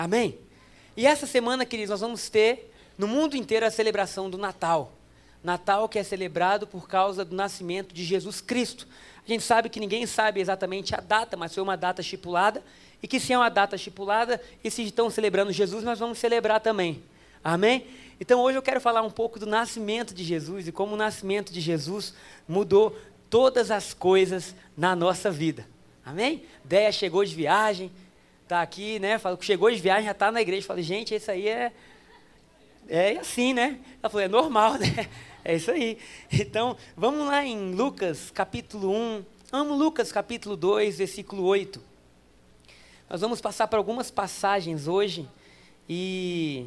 Amém? E essa semana, queridos, nós vamos ter no mundo inteiro a celebração do Natal. Natal que é celebrado por causa do nascimento de Jesus Cristo. A gente sabe que ninguém sabe exatamente a data, mas foi uma data estipulada, e que se é uma data estipulada, e se estão celebrando Jesus, nós vamos celebrar também. Amém? Então hoje eu quero falar um pouco do nascimento de Jesus e como o nascimento de Jesus mudou todas as coisas na nossa vida. Amém? Déia chegou de viagem, está aqui, né? Falou que chegou de viagem, já está na igreja. Falei, gente, isso aí é assim, né? Ela falou, é normal, né? É isso aí. Então, vamos lá em Lucas, capítulo 1. Amo Lucas, capítulo 2, versículo 8. Nós vamos passar por algumas passagens hoje e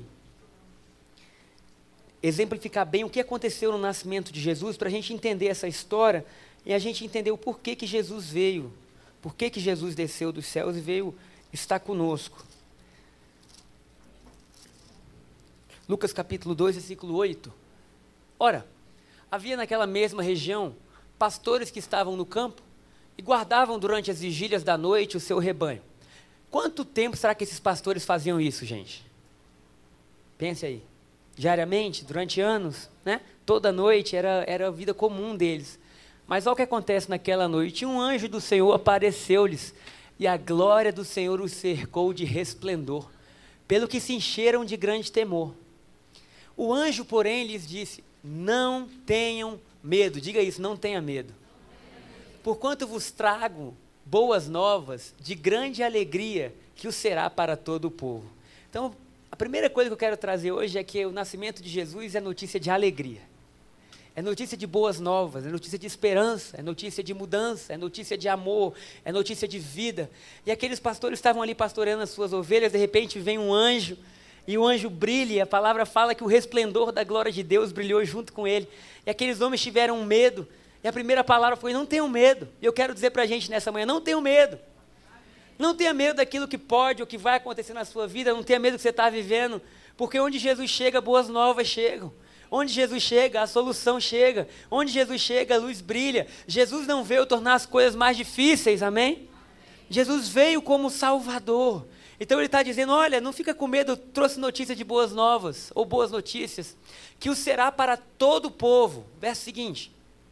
exemplificar bem o que aconteceu no nascimento de Jesus, para a gente entender essa história e a gente entender o porquê que Jesus veio, porquê que Jesus desceu dos céus e veio estar conosco. Lucas capítulo 2, versículo 8. Ora, havia naquela mesma região pastores que estavam no campo e guardavam durante as vigílias da noite o seu rebanho. Quanto tempo será que esses pastores faziam isso, gente? Pense aí. Diariamente, durante anos, né? Toda noite era a vida comum deles. Mas olha o que acontece naquela noite. Um anjo do Senhor apareceu-lhes e a glória do Senhor os cercou de resplendor, pelo que se encheram de grande temor. O anjo, porém, lhes disse, não tenham medo. Diga isso, não tenha medo. Porquanto vos trago boas novas de grande alegria, que o será para todo o povo. Então, a primeira coisa que eu quero trazer hoje é que o nascimento de Jesus é notícia de alegria. É notícia de boas novas, é notícia de esperança, é notícia de mudança, é notícia de amor, é notícia de vida. E aqueles pastores estavam ali pastoreando as suas ovelhas, de repente vem um anjo, e o anjo brilha, e a palavra fala que o resplendor da glória de Deus brilhou junto com ele. E aqueles homens tiveram medo, e a primeira palavra foi, não tenham medo. E eu quero dizer para a gente nessa manhã, não tenham medo. Não tenha medo daquilo que pode ou que vai acontecer na sua vida, não tenha medo do que você está vivendo, porque onde Jesus chega, boas novas chegam. Onde Jesus chega, a solução chega. Onde Jesus chega, a luz brilha. Jesus não veio tornar as coisas mais difíceis, amém? Jesus veio como Salvador. Então ele está dizendo, olha, não fica com medo, eu trouxe notícia de boas novas, ou boas notícias, que o será para todo o povo. Verso seguinte.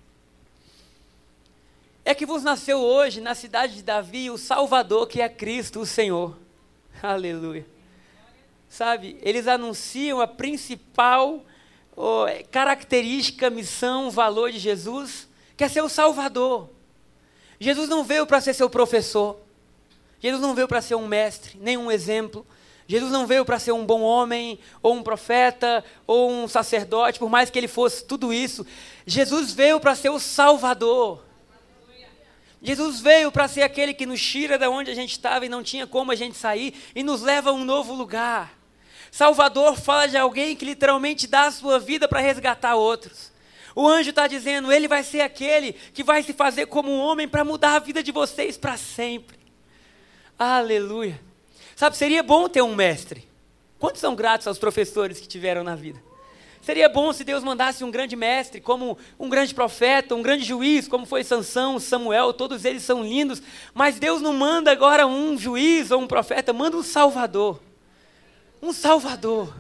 É que vos nasceu hoje, na cidade de Davi, o Salvador, que é Cristo, o Senhor. Aleluia. Sabe, eles anunciam a principal característica, missão, valor de Jesus, que é ser o Salvador. Jesus não veio para ser seu professor. Jesus não veio para ser um mestre, nem um exemplo. Jesus não veio para ser um bom homem, ou um profeta, ou um sacerdote, por mais que ele fosse tudo isso. Jesus veio para ser o Salvador. Jesus veio para ser aquele que nos tira de onde a gente estava e não tinha como a gente sair e nos leva a um novo lugar. Salvador fala de alguém que literalmente dá a sua vida para resgatar outros. O anjo está dizendo, ele vai ser aquele que vai se fazer como um homem para mudar a vida de vocês para sempre. Aleluia. Sabe, seria bom ter um mestre. Quantos são gratos aos professores que tiveram na vida? Seria bom se Deus mandasse um grande mestre, como um grande profeta, um grande juiz, como foi Sansão, Samuel, todos eles são lindos, mas Deus não manda agora um juiz ou um profeta, manda um Salvador. Um Salvador.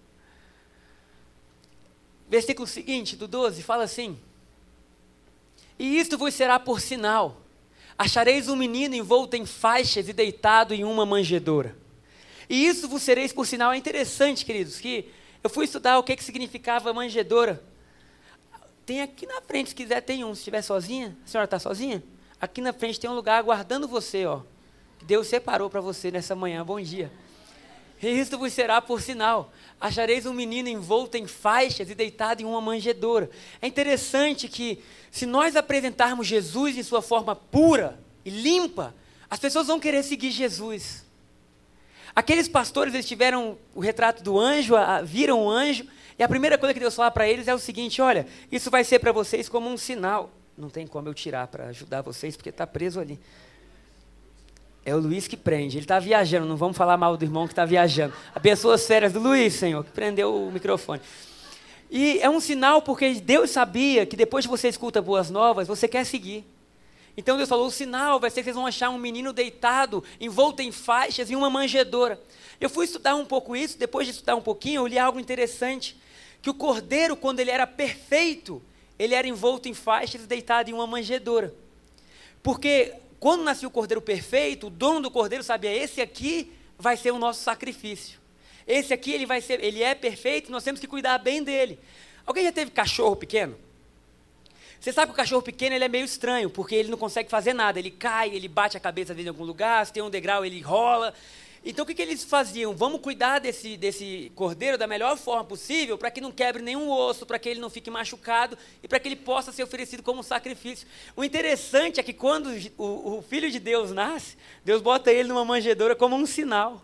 Versículo seguinte, do 12, fala assim, e isto vos será por sinal, achareis um menino envolto em faixas e deitado em uma manjedoura. E isso vos sereis por sinal. É interessante, queridos, que eu fui estudar o que significava manjedoura. Tem aqui na frente, se quiser, tem um. Se estiver sozinha, a senhora está sozinha? Aqui na frente tem um lugar aguardando você, ó. Deus separou para você nessa manhã. Bom dia. E isto vos será por sinal. Achareis um menino envolto em faixas e deitado em uma manjedoura. É interessante que, se nós apresentarmos Jesus em sua forma pura e limpa, as pessoas vão querer seguir Jesus. Aqueles pastores, eles tiveram o retrato do anjo, viram o anjo, e a primeira coisa que Deus fala para eles é o seguinte, olha, isso vai ser para vocês como um sinal. Não tem como eu tirar para ajudar vocês, porque está preso ali. É o Luiz que prende, ele está viajando, não vamos falar mal do irmão que está viajando. Abençoa as férias do Luiz, Senhor, que prendeu o microfone. E é um sinal porque Deus sabia que depois que você escuta boas novas, você quer seguir. Então Deus falou, o sinal vai ser que vocês vão achar um menino deitado, envolto em faixas e uma manjedoura. Eu fui estudar um pouco isso, depois de estudar um pouquinho, eu li algo interessante, que o cordeiro, quando ele era perfeito, ele era envolto em faixas e deitado em uma manjedoura. Porque quando nascia o cordeiro perfeito, o dono do cordeiro sabia, esse aqui vai ser o nosso sacrifício. Esse aqui ele é perfeito, nós temos que cuidar bem dele. Alguém já teve cachorro pequeno? Você sabe que o cachorro pequeno ele é meio estranho, porque ele não consegue fazer nada, ele cai, ele bate a cabeça dele em algum lugar, se tem um degrau ele rola. Então o que eles faziam? Vamos cuidar desse cordeiro da melhor forma possível, para que não quebre nenhum osso, para que ele não fique machucado e para que ele possa ser oferecido como um sacrifício. O interessante é que quando o Filho de Deus nasce, Deus bota ele numa manjedoura como um sinal.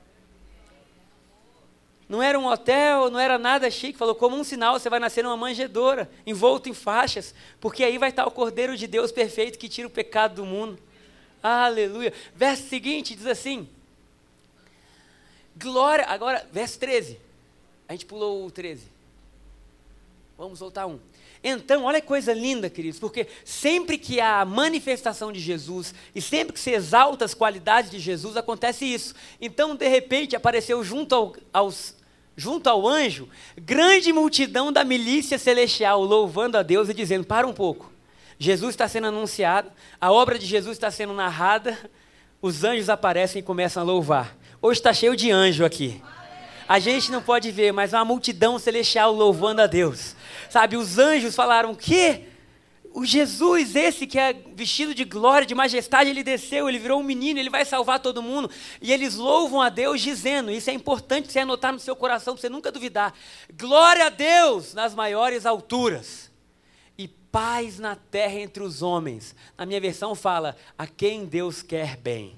Não era um hotel, não era nada chique, falou como um sinal, você vai nascer numa manjedoura, envolto em faixas, porque aí vai estar o Cordeiro de Deus perfeito que tira o pecado do mundo. Aleluia. Verso seguinte diz assim, glória, agora, verso 13, a gente pulou o 13, vamos voltar um. Então, olha que coisa linda, queridos, porque sempre que há a manifestação de Jesus, e sempre que se exalta as qualidades de Jesus, acontece isso. Então, de repente, apareceu junto ao anjo, grande multidão da milícia celestial, louvando a Deus e dizendo, para um pouco, Jesus está sendo anunciado, a obra de Jesus está sendo narrada, os anjos aparecem e começam a louvar. Hoje está cheio de anjo aqui. A gente não pode ver, mas uma multidão celestial louvando a Deus. Sabe, os anjos falaram, que o Jesus, esse que é vestido de glória, de majestade, ele desceu, ele virou um menino, ele vai salvar todo mundo. E eles louvam a Deus dizendo, isso é importante você anotar no seu coração, para você nunca duvidar. Glória a Deus nas maiores alturas. E paz na terra entre os homens. Na minha versão fala, a quem Deus quer bem.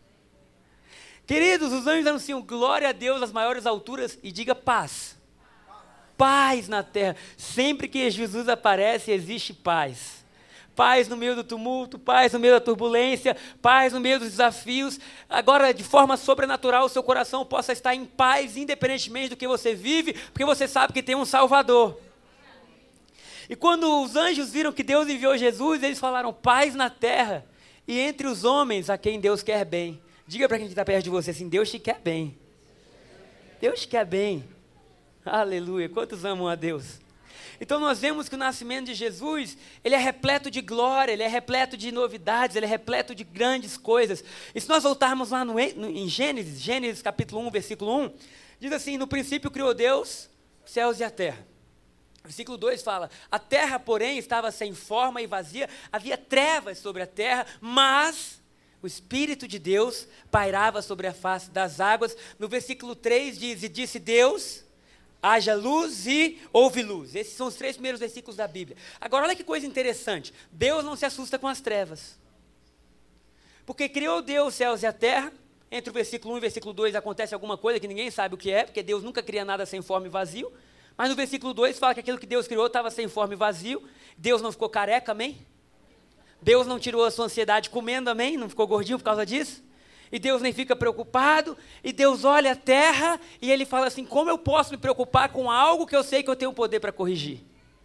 Queridos, os anjos anunciam glória a Deus nas maiores alturas e diga paz. Paz na terra. Sempre que Jesus aparece, existe paz. Paz no meio do tumulto, paz no meio da turbulência, paz no meio dos desafios. Agora, de forma sobrenatural, o seu coração possa estar em paz, independentemente do que você vive, porque você sabe que tem um Salvador. E quando os anjos viram que Deus enviou Jesus, eles falaram paz na terra e entre os homens a quem Deus quer bem. Diga para quem está perto de você assim, Deus te quer bem. Deus te quer bem. Aleluia. Quantos amam a Deus? Então nós vemos que o nascimento de Jesus, ele é repleto de glória, ele é repleto de novidades, ele é repleto de grandes coisas. E se nós voltarmos lá em Gênesis capítulo 1, versículo 1, diz assim, no princípio criou Deus os céus e a terra. Versículo 2 fala, a terra, porém, estava sem forma e vazia, havia trevas sobre a terra, mas o Espírito de Deus pairava sobre a face das águas. No versículo 3 diz, e disse Deus, haja luz e houve luz. Esses são os 3 primeiros versículos da Bíblia. Agora, olha que coisa interessante. Deus não se assusta com as trevas. Porque criou Deus os céus e a terra. Entre o versículo 1 e o versículo 2 acontece alguma coisa que ninguém sabe o que é, porque Deus nunca cria nada sem forma e vazio. Mas no versículo 2 fala que aquilo que Deus criou estava sem forma e vazio. Deus não ficou careca, amém? Deus não tirou a sua ansiedade comendo, amém? Não ficou gordinho por causa disso? E Deus nem fica preocupado, e Deus olha a terra, e Ele fala assim, como eu posso me preocupar com algo que eu sei que eu tenho poder para corrigir?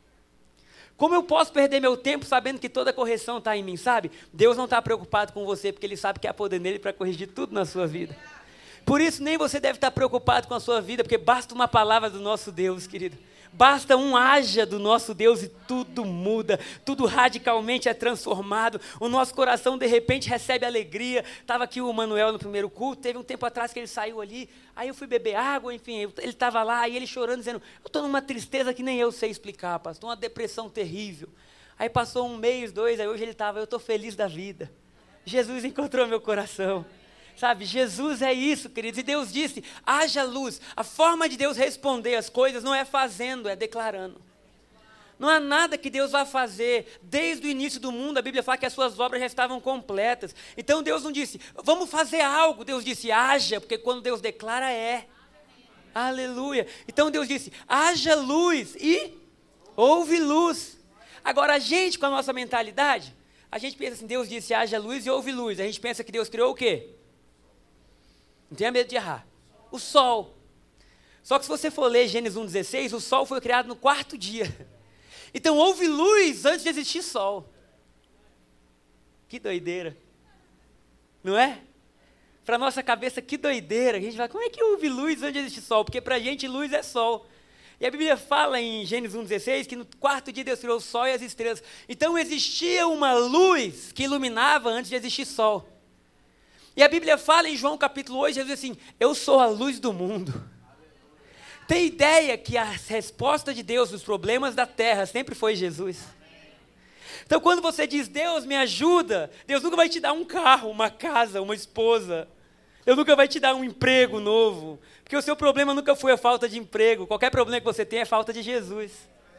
Como eu posso perder meu tempo sabendo que toda correção está em mim, sabe? Deus não está preocupado com você, porque Ele sabe que há poder nele para corrigir tudo na sua vida. Por isso, nem você deve estar preocupado com a sua vida, porque basta uma palavra do nosso Deus, querido. Basta um haja do nosso Deus e tudo muda, tudo radicalmente é transformado, o nosso coração de repente recebe alegria. Estava aqui o Manuel no primeiro culto, teve um tempo atrás que ele saiu ali, aí eu fui beber água, enfim, ele estava lá, e ele chorando, dizendo, eu estou numa tristeza que nem eu sei explicar, pastor, uma depressão terrível. Aí passou 1 mês, 2, aí hoje ele estava, eu estou feliz da vida, Jesus encontrou meu coração. Sabe, Jesus é isso, queridos, e Deus disse, haja luz. A forma de Deus responder as coisas não é fazendo, é declarando. Não há nada que Deus vá fazer, desde o início do mundo, a Bíblia fala que as suas obras já estavam completas. Então Deus não disse, vamos fazer algo, Deus disse, haja, porque quando Deus declara é. Aleluia. Então Deus disse, haja luz e houve luz. Agora a gente, com a nossa mentalidade, a gente pensa assim, Deus disse, haja luz e houve luz. A gente pensa que Deus criou o quê? Não tenha medo de errar. O sol. Só que se você for ler Gênesis 1,16, o sol foi criado no 4º dia. Então houve luz antes de existir sol. Que doideira. Não é? Para nossa cabeça, que doideira. A gente fala, como é que houve luz onde existe sol? Porque para a gente luz é sol. E a Bíblia fala em Gênesis 1,16 que no quarto dia Deus criou o sol e as estrelas. Então existia uma luz que iluminava antes de existir sol. E a Bíblia fala em João capítulo 8, Jesus diz assim, eu sou a luz do mundo. Tem ideia que a resposta de Deus nos problemas da terra sempre foi Jesus. Então quando você diz, Deus me ajuda, Deus nunca vai te dar um carro, uma casa, uma esposa. Deus nunca vai te dar um emprego novo. Porque o seu problema nunca foi a falta de emprego. Qualquer problema que você tem é falta de Jesus.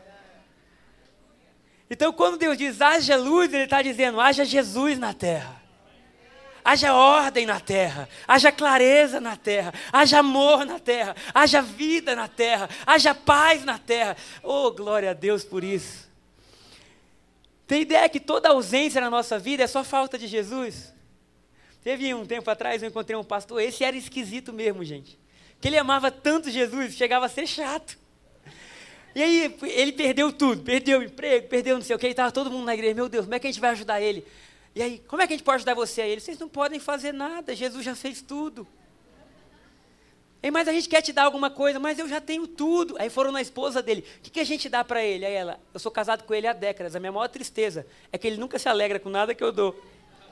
Então quando Deus diz, haja luz, Ele está dizendo, haja Jesus na terra. Haja ordem na terra, haja clareza na terra, haja amor na terra, haja vida na terra, haja paz na terra. Oh, glória a Deus por isso. Tem ideia que toda ausência na nossa vida é só falta de Jesus? Teve um tempo atrás, eu encontrei um pastor, esse era esquisito mesmo, gente. Que ele amava tanto Jesus, chegava a ser chato. E aí, ele perdeu tudo, perdeu o emprego, perdeu não sei o que, e estava todo mundo na igreja, meu Deus, como é que a gente vai ajudar ele? E aí, como é que a gente pode ajudar você a ele? Vocês não podem fazer nada, Jesus já fez tudo. Mas a gente quer te dar alguma coisa, mas eu já tenho tudo. Aí foram na esposa dele, o que a gente dá para ele? Aí ela, eu sou casado com ele há décadas, a minha maior tristeza é que ele nunca se alegra com nada que eu dou.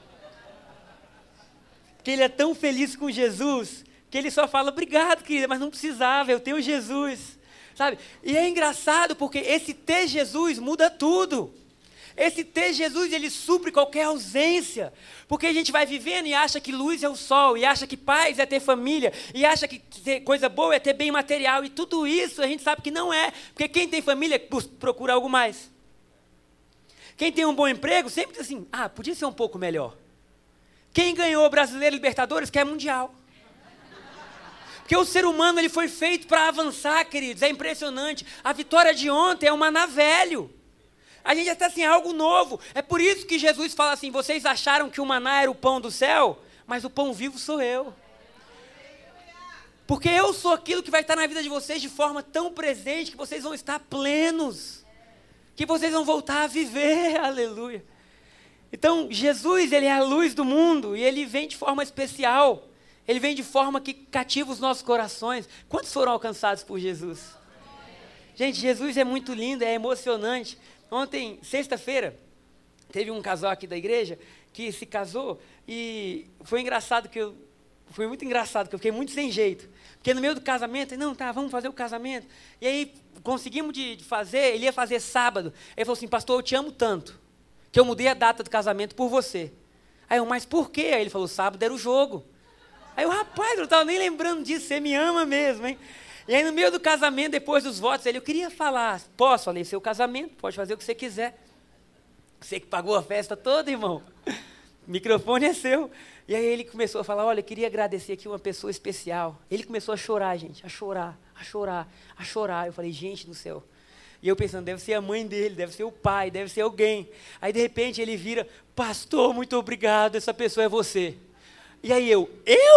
Que ele é tão feliz com Jesus, que ele só fala, obrigado querida, mas não precisava, eu tenho Jesus. Sabe? E é engraçado, porque esse ter Jesus muda tudo. Esse ter Jesus, ele supre qualquer ausência. Porque a gente vai vivendo e acha que luz é o sol, e acha que paz é ter família, e acha que ter coisa boa é ter bem material, e tudo isso a gente sabe que não é. Porque quem tem família procura algo mais. Quem tem um bom emprego sempre diz assim, podia ser um pouco melhor. Quem ganhou o Brasileiro Libertadores quer Mundial. Porque o ser humano ele foi feito para avançar, queridos, é impressionante. A vitória de ontem é um maná velho. A gente até assim, é algo novo. É por isso que Jesus fala assim, vocês acharam que o maná era o pão do céu? Mas o pão vivo sou eu. Porque eu sou aquilo que vai estar na vida de vocês de forma tão presente que vocês vão estar plenos. Que vocês vão voltar a viver, aleluia. Então, Jesus, ele é a luz do mundo e ele vem de forma especial. Ele vem de forma que cativa os nossos corações. Quantos foram alcançados por Jesus? Gente, Jesus é muito lindo, é emocionante. Ontem, sexta-feira, teve um casal aqui da igreja que se casou e foi muito engraçado, que eu fiquei muito sem jeito. Porque no meio do casamento, não, vamos fazer o casamento. E aí, conseguimos de fazer, ele ia fazer sábado. Ele falou assim, pastor, eu te amo tanto, que eu mudei a data do casamento por você. Aí eu, mas por quê? Aí ele falou, sábado era o jogo. Aí eu, rapaz, eu não estava nem lembrando disso, você me ama mesmo, hein? E aí no meio do casamento, depois dos votos, eu queria falar, posso? Falei, seu casamento, pode fazer o que você quiser. Você que pagou a festa toda, irmão. O microfone é seu. E aí ele começou a falar, olha, eu queria agradecer aqui uma pessoa especial. Ele começou a chorar, gente, a chorar. Eu falei, gente do céu. E eu pensando, deve ser a mãe dele, deve ser o pai, deve ser alguém. Aí de repente ele vira, pastor, muito obrigado, essa pessoa é você. E aí eu?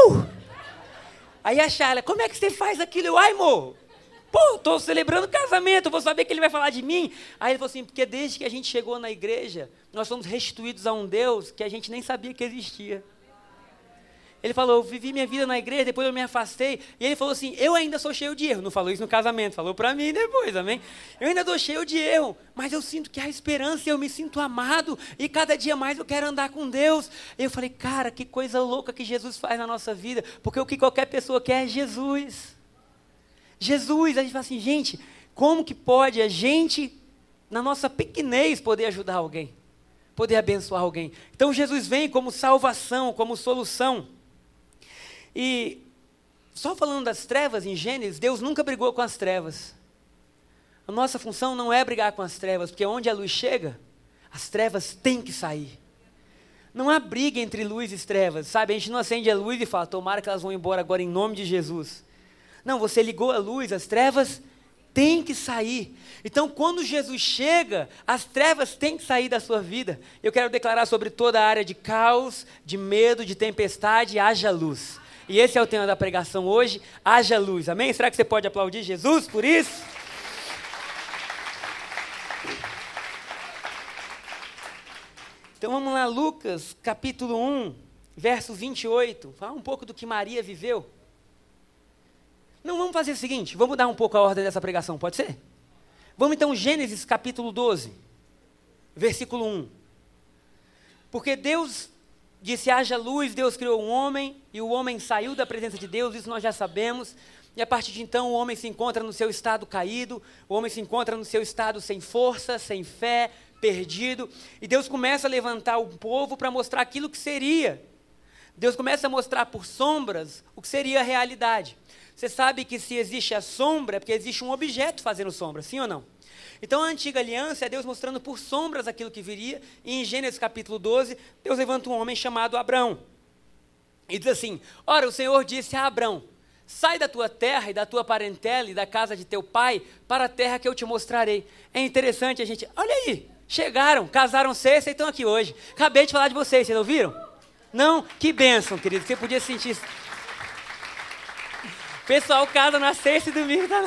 Aí a Charla, como é que você faz aquilo? Eu, amor, estou celebrando o casamento, vou saber que ele vai falar de mim. Aí ele falou assim, porque desde que a gente chegou na igreja, nós fomos restituídos a um Deus que a gente nem sabia que existia. Ele falou, eu vivi minha vida na igreja, depois eu me afastei. E ele falou assim, eu ainda sou cheio de erro. Não falou isso no casamento, falou para mim depois, amém? Eu ainda estou cheio de erro, mas eu sinto que há esperança, eu me sinto amado. E cada dia mais eu quero andar com Deus. E eu falei, cara, que coisa louca que Jesus faz na nossa vida. Porque o que qualquer pessoa quer é Jesus. Jesus, a gente fala assim, gente, como que pode a gente, na nossa pequenez, poder ajudar alguém? Poder abençoar alguém? Então Jesus vem como salvação, como solução. E só falando das trevas em Gênesis, Deus nunca brigou com as trevas. A nossa função não é brigar com as trevas, porque onde a luz chega, as trevas têm que sair. Não há briga entre luz e trevas, sabe? A gente não acende a luz e fala, tomara que elas vão embora agora em nome de Jesus. Não, você ligou a luz, as trevas têm que sair. Então, quando Jesus chega, as trevas têm que sair da sua vida. Eu quero declarar sobre toda a área de caos, de medo, de tempestade, haja luz. E esse é o tema da pregação hoje, haja luz, amém? Será que você pode aplaudir Jesus por isso? Então vamos lá, Lucas, capítulo 1, verso 28. Fala um pouco do que Maria viveu. Não, vamos fazer o seguinte, vamos mudar um pouco a ordem dessa pregação, pode ser? Vamos então, Gênesis capítulo 12, versículo 1. Porque Deus disse, haja luz, Deus criou um homem, e o homem saiu da presença de Deus, isso nós já sabemos. E a partir de então o homem se encontra no seu estado caído, o homem se encontra no seu estado sem força, sem fé, perdido. E Deus começa a levantar o povo para mostrar aquilo que seria. Deus começa a mostrar por sombras o que seria a realidade. Você sabe que se existe a sombra, é porque existe um objeto fazendo sombra, sim ou não? Então a antiga aliança é Deus mostrando por sombras aquilo que viria. E em Gênesis capítulo 12, Deus levanta um homem chamado Abrão. E diz assim, ora, o Senhor disse a Abrão, sai da tua terra e da tua parentela e da casa de teu pai para a terra que eu te mostrarei. É interessante a gente, olha aí, chegaram, casaram sexta e estão aqui hoje. Acabei de falar de vocês ouviram? Não? Que bênção, querido, você podia sentir isso. Pessoal casa na sexta e domingo tá...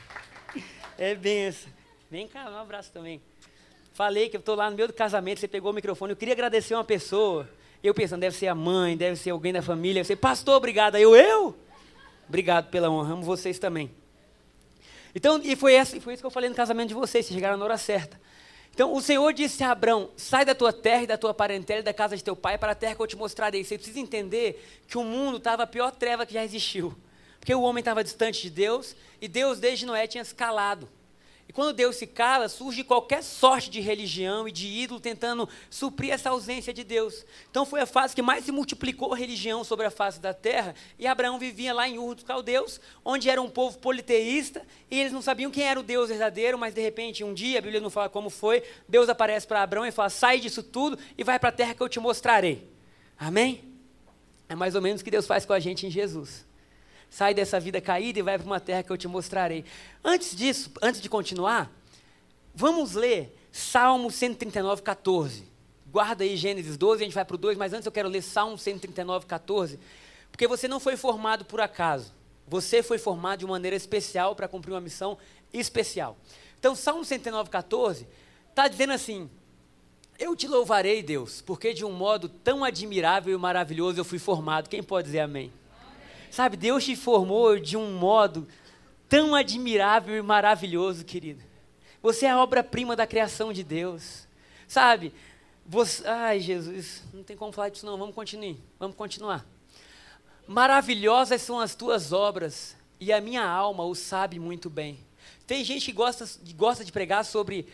É bênção. Vem cá, um abraço também. Falei que eu estou lá no meio do casamento, você pegou o microfone, eu queria agradecer uma pessoa. Eu pensando, deve ser a mãe, deve ser alguém da família. Eu sei, pastor, obrigado. Aí eu? Obrigado pela honra, amo vocês também. Então, e foi isso que eu falei no casamento de vocês, vocês chegaram na hora certa. Então, o Senhor disse a Abrão, sai da tua terra e da tua parentela e da casa de teu pai para a terra que eu te mostrarei. Você precisa entender que o mundo estava a pior treva que já existiu. Porque o homem estava distante de Deus e Deus desde Noé tinha se calado. E quando Deus se cala, surge qualquer sorte de religião e de ídolo tentando suprir essa ausência de Deus. Então foi a fase que mais se multiplicou a religião sobre a face da terra. E Abraão vivia lá em Ur dos Caldeus, onde era um povo politeísta, e eles não sabiam quem era o Deus verdadeiro, mas de repente, um dia, a Bíblia não fala como foi, Deus aparece para Abraão e fala, sai disso tudo e vai para a terra que eu te mostrarei. Amém? É mais ou menos o que Deus faz com a gente em Jesus. Sai dessa vida caída e vai para uma terra que eu te mostrarei. Antes disso, antes de continuar, vamos ler Salmo 139, 14. Guarda aí Gênesis 12, a gente vai para o 2, mas antes eu quero ler Salmo 139, 14. Porque você não foi formado por acaso. Você foi formado de uma maneira especial para cumprir uma missão especial. Então, Salmo 139, 14, está dizendo assim, eu te louvarei, Deus, porque de um modo tão admirável e maravilhoso eu fui formado. Quem pode dizer amém? Sabe, Deus te formou de um modo tão admirável e maravilhoso, querido. Você é a obra-prima da criação de Deus. Sabe, você... Ai, Jesus, não tem como falar disso não, vamos continuar. Maravilhosas são as tuas obras, e a minha alma o sabe muito bem. Tem gente que gosta de pregar sobre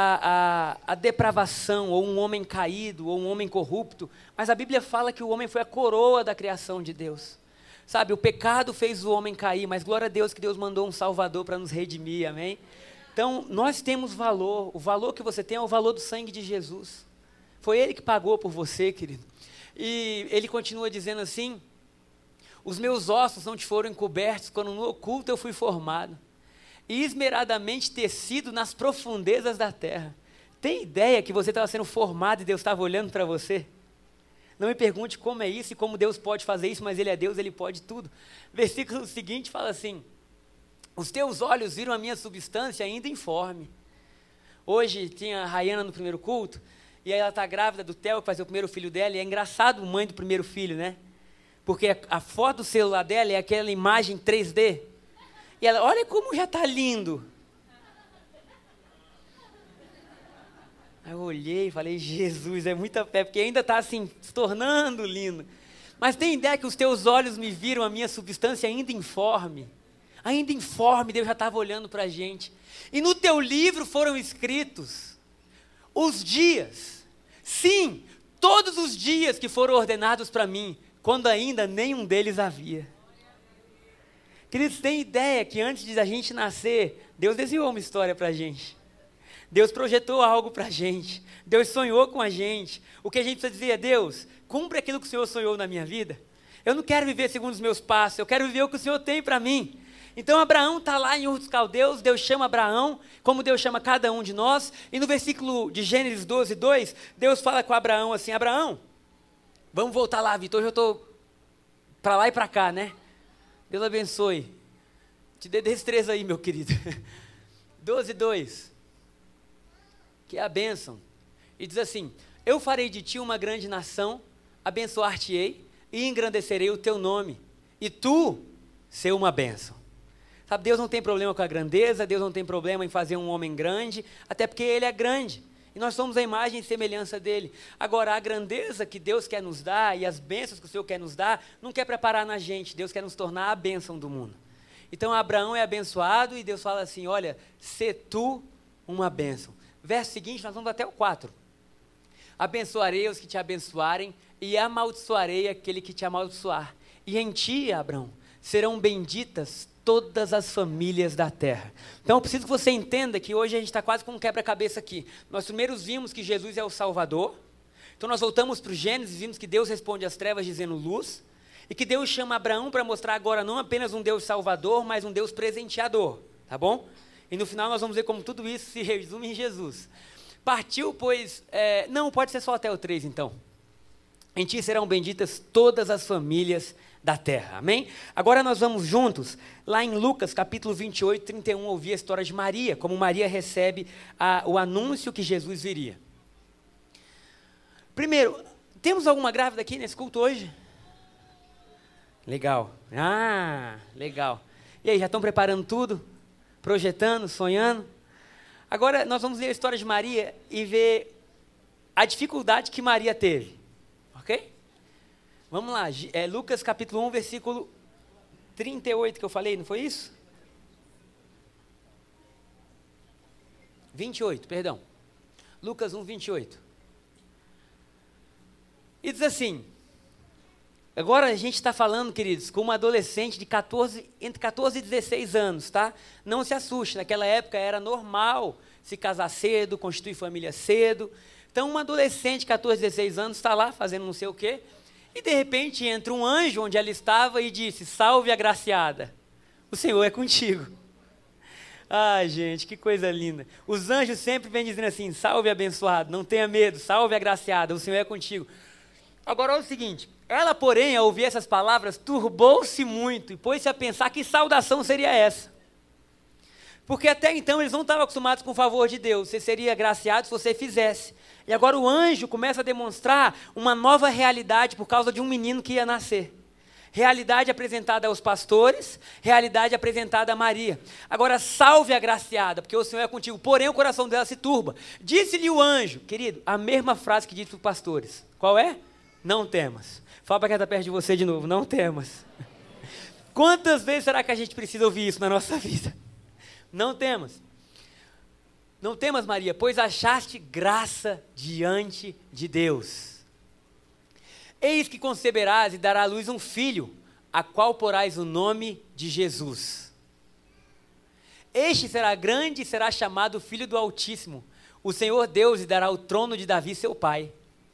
a depravação, ou um homem caído, ou um homem corrupto, mas a Bíblia fala que o homem foi a coroa da criação de Deus. Sabe, o pecado fez o homem cair, mas glória a Deus que Deus mandou um Salvador para nos redimir, amém? Então, nós temos valor, o valor que você tem é o valor do sangue de Jesus. Foi Ele que pagou por você, querido. E Ele continua dizendo assim, os meus ossos não te foram encobertos, quando no oculto eu fui formado, e esmeradamente tecido nas profundezas da terra. Tem ideia que você estava sendo formado e Deus estava olhando para você? Não me pergunte como é isso e como Deus pode fazer isso, mas Ele é Deus, Ele pode tudo. Versículo seguinte fala assim, os teus olhos viram a minha substância ainda informe. Hoje tinha a Rayana no primeiro culto, e aí ela está grávida do Theo, que vai ser o primeiro filho dela, e é engraçado mãe do primeiro filho, né? Porque a foto do celular dela é aquela imagem 3D. E ela, olha como já está lindo. Aí eu olhei e falei, Jesus, é muita fé, porque ainda está assim, se tornando lindo. Mas tem ideia que os teus olhos me viram a minha substância ainda informe. Ainda informe, Deus já estava olhando para a gente. E no teu livro foram escritos os dias, sim, todos os dias que foram ordenados para mim, quando ainda nenhum deles havia. Queridos, tem ideia que antes de a gente nascer, Deus desenhou uma história para a gente. Deus projetou algo para a gente. Deus sonhou com a gente. O que a gente precisa dizer é, Deus, cumpre aquilo que o Senhor sonhou na minha vida. Eu não quero viver segundo os meus passos, eu quero viver o que o Senhor tem para mim. Então Abraão está lá em Ur dos Caldeus, Deus chama Abraão, como Deus chama cada um de nós. E no versículo de Gênesis 12, 2, Deus fala com Abraão assim, Abraão, vamos voltar lá, Vitor, hoje eu estou para lá e para cá, né? Deus abençoe. Te dê destreza aí, meu querido. 12, 2. Que é a bênção. E diz assim, Eu farei de ti uma grande nação, abençoar-te-ei e engrandecerei o teu nome, e tu ser uma bênção. Sabe, Deus não tem problema com a grandeza, Deus não tem problema em fazer um homem grande, até porque Ele é grande. E nós somos a imagem e semelhança dEle. Agora, a grandeza que Deus quer nos dar e as bênçãos que o Senhor quer nos dar, não quer preparar na gente, Deus quer nos tornar a bênção do mundo. Então, Abraão é abençoado e Deus fala assim, olha, sê tu uma bênção. Verso seguinte, nós vamos até o 4. Abençoarei os que te abençoarem e amaldiçoarei aquele que te amaldiçoar. E em ti, Abraão, serão benditas todas as famílias da terra. Então eu preciso que você entenda que hoje a gente está quase com um quebra-cabeça aqui. Nós primeiro vimos que Jesus é o Salvador, então nós voltamos para o Gênesis, vimos que Deus responde às trevas dizendo luz, e que Deus chama Abraão para mostrar agora não apenas um Deus salvador, mas um Deus presenteador, tá bom? E no final nós vamos ver como tudo isso se resume em Jesus. Partiu, pois, não, pode ser só até o 3 então. Em ti serão benditas todas as famílias da terra, amém? Agora nós vamos juntos, lá em Lucas capítulo 28, 31, ouvir a história de Maria, como Maria recebe o anúncio que Jesus viria. Primeiro, temos alguma grávida aqui nesse culto hoje? Legal, legal. E aí, já estão preparando tudo? Projetando, sonhando? Agora nós vamos ler a história de Maria e ver a dificuldade que Maria teve, ok? Vamos lá, Lucas capítulo 1, versículo 38 que eu falei, não foi isso? 28, perdão. Lucas 1, 28. E diz assim, agora a gente está falando, queridos, com uma adolescente de entre 14 e 16 anos, tá? Não se assuste, naquela época era normal se casar cedo, constituir família cedo. Então uma adolescente de 14, 16 anos está lá fazendo não sei o quê, e de repente entra um anjo onde ela estava e disse, salve agraciada, o Senhor é contigo. Ai gente, que coisa linda. Os anjos sempre vêm dizendo assim, salve abençoado, não tenha medo, salve agraciada, o Senhor é contigo. Agora olha o seguinte, ela porém ao ouvir essas palavras turbou-se muito e pôs-se a pensar que saudação seria essa. Porque até então eles não estavam acostumados com o favor de Deus, você seria agraciado se você fizesse. E agora o anjo começa a demonstrar uma nova realidade por causa de um menino que ia nascer. Realidade apresentada aos pastores, realidade apresentada a Maria. Agora salve a agraciada, porque o Senhor é contigo. Porém o coração dela se turba. Disse-lhe o anjo, querido, a mesma frase que disse para os pastores. Qual é? Não temas. Fala para quem está perto de você de novo, não temas. Quantas vezes será que a gente precisa ouvir isso na nossa vida? Não temas. Não temas, Maria, pois achaste graça diante de Deus. Eis que conceberás e dará à luz um filho, a qual porás o nome de Jesus. Este será grande e será chamado Filho do Altíssimo. O Senhor Deus lhe dará o trono de Davi, seu pai.